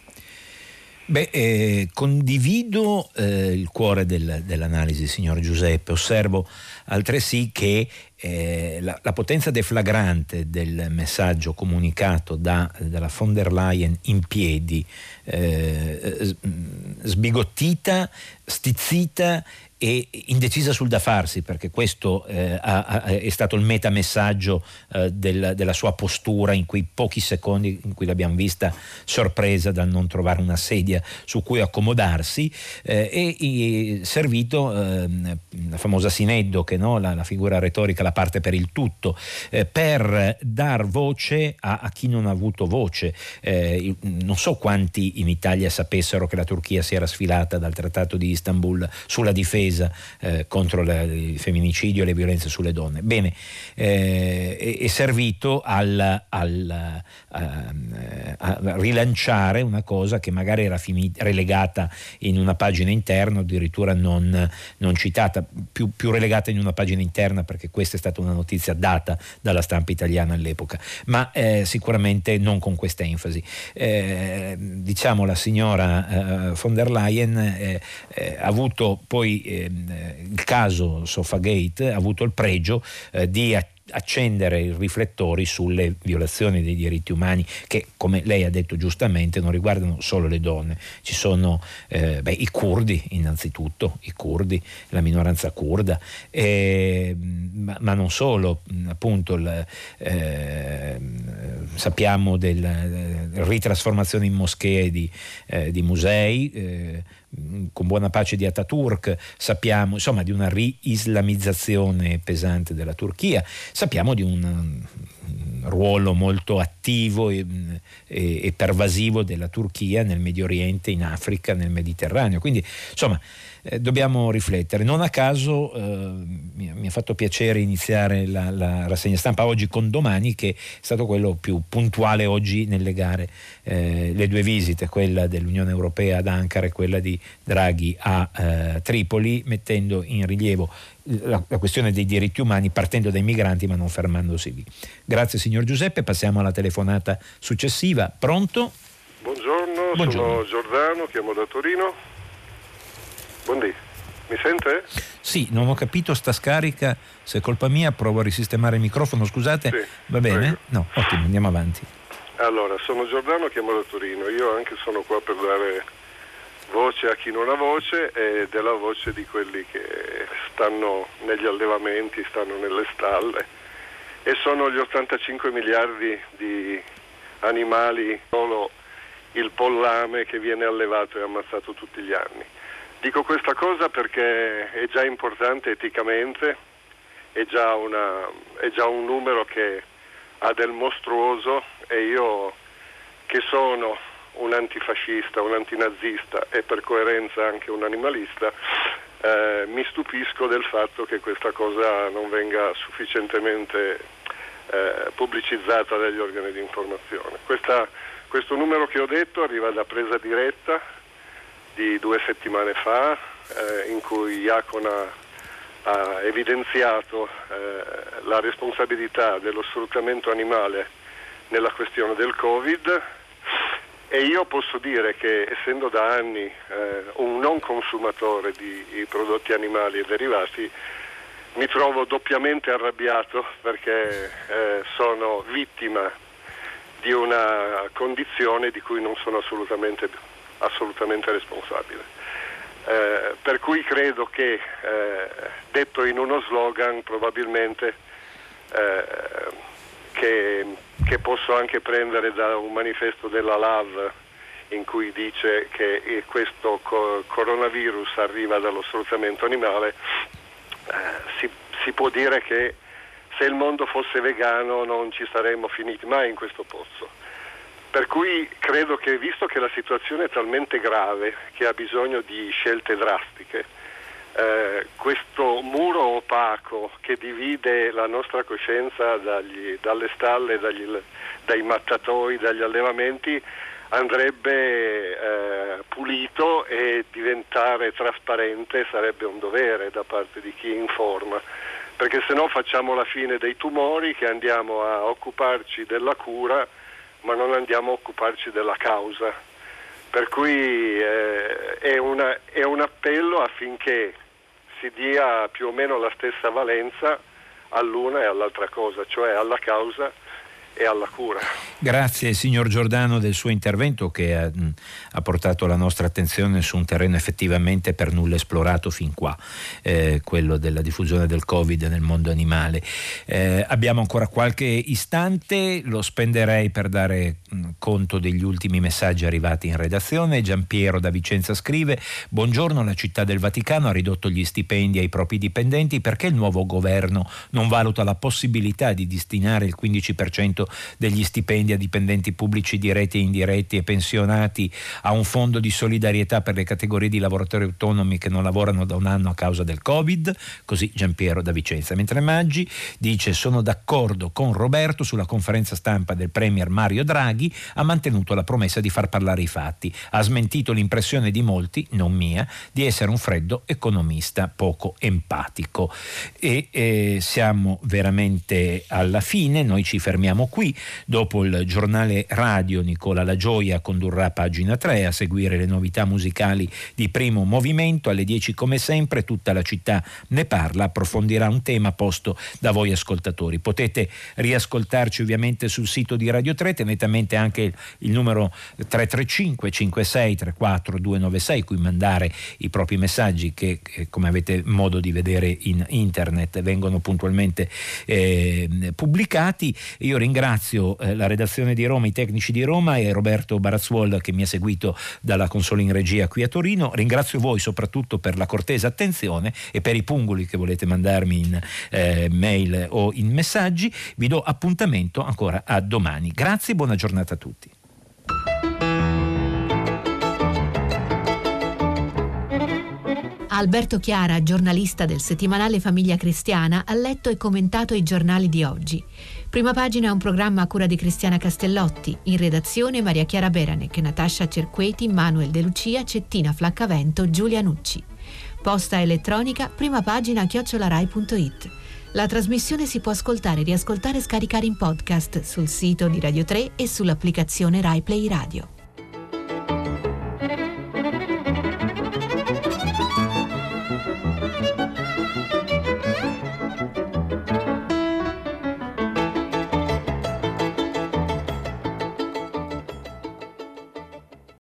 Condivido il cuore dell'analisi, signor Giuseppe. Osservo altresì che la potenza deflagrante del messaggio comunicato dalla von der Leyen in piedi, sbigottita, stizzita e indecisa sul da farsi, perché questo è stato il metamessaggio della sua postura in quei pochi secondi in cui l'abbiamo vista sorpresa dal non trovare una sedia su cui accomodarsi, e servito la famosa Sineddo, che la figura retorica, la parte per il tutto, per dar voce a chi non ha avuto voce. Non so quanti in Italia sapessero che la Turchia si era sfilata dal Trattato di Istanbul sulla difesa contro il femminicidio e le violenze sulle donne. Bene, è servito a rilanciare una cosa che magari era relegata in una pagina interna, addirittura non citata, più relegata in una pagina interna, perché questa è stata una notizia data dalla stampa italiana all'epoca, ma sicuramente non con questa enfasi. La signora von der Leyen ha avuto poi il caso Sofagate, ha avuto il pregio di accendere i riflettori sulle violazioni dei diritti umani, che, come lei ha detto giustamente, non riguardano solo le donne. Ci sono i curdi, innanzitutto, la minoranza curda, ma non solo, appunto sappiamo della ritrasformazione in moschee di musei, con buona pace di Ataturk, sappiamo insomma di una rislamizzazione pesante della Turchia, sappiamo di un ruolo molto attivo e pervasivo della Turchia nel Medio Oriente, in Africa, nel Mediterraneo. Quindi insomma dobbiamo riflettere. Non a caso mi ha fatto piacere iniziare la rassegna stampa oggi con Domani, che è stato quello più puntuale oggi nel legare le due visite, quella dell'Unione Europea ad Ankara e quella di Draghi a Tripoli, mettendo in rilievo la questione dei diritti umani, partendo dai migranti ma non fermandosi lì. Grazie signor Giuseppe, passiamo alla telefonata successiva. Pronto? Buongiorno, sono Giordano, chiamo da Torino. Buondì, mi sente? Sì, non ho capito sta scarica, se è colpa mia provo a risistemare il microfono, scusate. Sì, va bene? prego. No, ottimo, andiamo avanti. Allora, sono Giordano, chiamo da Torino. Io anche sono qua per dare voce a chi non ha voce e della voce di quelli che stanno negli allevamenti, stanno nelle stalle, e sono gli 85 miliardi di animali, solo il pollame che viene allevato e ammazzato tutti gli anni. Dico questa cosa perché è già importante eticamente, è già un numero che ha del mostruoso, e io che sono un antifascista, un antinazista e per coerenza anche un animalista, mi stupisco del fatto che questa cosa non venga sufficientemente pubblicizzata dagli organi di informazione. Questo numero che ho detto arriva da presa diretta di 2 settimane fa, in cui Iacona ha evidenziato la responsabilità dello sfruttamento animale nella questione del Covid, e io posso dire che, essendo da anni un non consumatore di prodotti animali e derivati, mi trovo doppiamente arrabbiato perché sono vittima di una condizione di cui non sono assolutamente responsabile. Per cui credo che, detto in uno slogan, probabilmente che posso anche prendere da un manifesto della LAV, in cui dice che questo coronavirus arriva dallo sfruttamento animale, si può dire che se il mondo fosse vegano non ci saremmo finiti mai in questo pozzo. Per cui credo che, visto che la situazione è talmente grave che ha bisogno di scelte drastiche, questo muro opaco che divide la nostra coscienza dalle stalle, dai mattatoi, dagli allevamenti, andrebbe pulito, e diventare trasparente sarebbe un dovere da parte di chi informa, perché se no facciamo la fine dei tumori, che andiamo a occuparci della cura ma non andiamo a occuparci della causa. Per cui è un appello affinché si dia più o meno la stessa valenza all'una e all'altra cosa, cioè alla causa e alla cura. Grazie signor Giordano del suo intervento, che ha portato la nostra attenzione su un terreno effettivamente per nulla esplorato fin qua, quello della diffusione del Covid nel mondo animale. Abbiamo ancora qualche istante, lo spenderei per dare conto degli ultimi messaggi arrivati in redazione. Giampiero da Vicenza scrive: buongiorno, la città del Vaticano ha ridotto gli stipendi ai propri dipendenti perché il nuovo governo non valuta la possibilità di destinare il 15% degli stipendi a dipendenti pubblici diretti e indiretti e pensionati a un fondo di solidarietà per le categorie di lavoratori autonomi che non lavorano da un anno a causa del Covid. Così Giampiero da Vicenza. Mentre Maggi dice: sono d'accordo con Roberto, sulla conferenza stampa del premier Mario Draghi ha mantenuto la promessa di far parlare i fatti, ha smentito l'impressione di molti, non mia, di essere un freddo economista poco empatico. E siamo veramente alla fine, noi ci fermiamo qui. Dopo il giornale radio Nicola La Gioia condurrà Pagina 3, a seguire le novità musicali di Primo Movimento. Alle 10 come sempre Tutta la città ne parla, approfondirà un tema posto da voi ascoltatori. Potete riascoltarci ovviamente sul sito di Radio 3, tenete a mente anche il numero 335 56 34 296, cui mandare i propri messaggi che come avete modo di vedere in internet vengono puntualmente pubblicati. Io ringrazio ringrazio la redazione di Roma, i tecnici di Roma e Roberto Barazzuol che mi ha seguito dalla console in regia qui a Torino. Ringrazio voi soprattutto per la cortese attenzione e per i pungoli che volete mandarmi in mail o in messaggi. Vi do appuntamento ancora a domani. Grazie e buona giornata a tutti. Alberto Chiara, giornalista del settimanale Famiglia Cristiana, ha letto e commentato i giornali di oggi. Prima Pagina è un programma a cura di Cristiana Castellotti, in redazione Maria Chiara Beranec, Natascia Cerqueti, Manuel De Lucia, Cettina Flaccavento, Giulia Nucci. Posta elettronica primapagina@rai.it. La trasmissione si può ascoltare, riascoltare e scaricare in podcast sul sito di Radio 3 e sull'applicazione Rai Play Radio.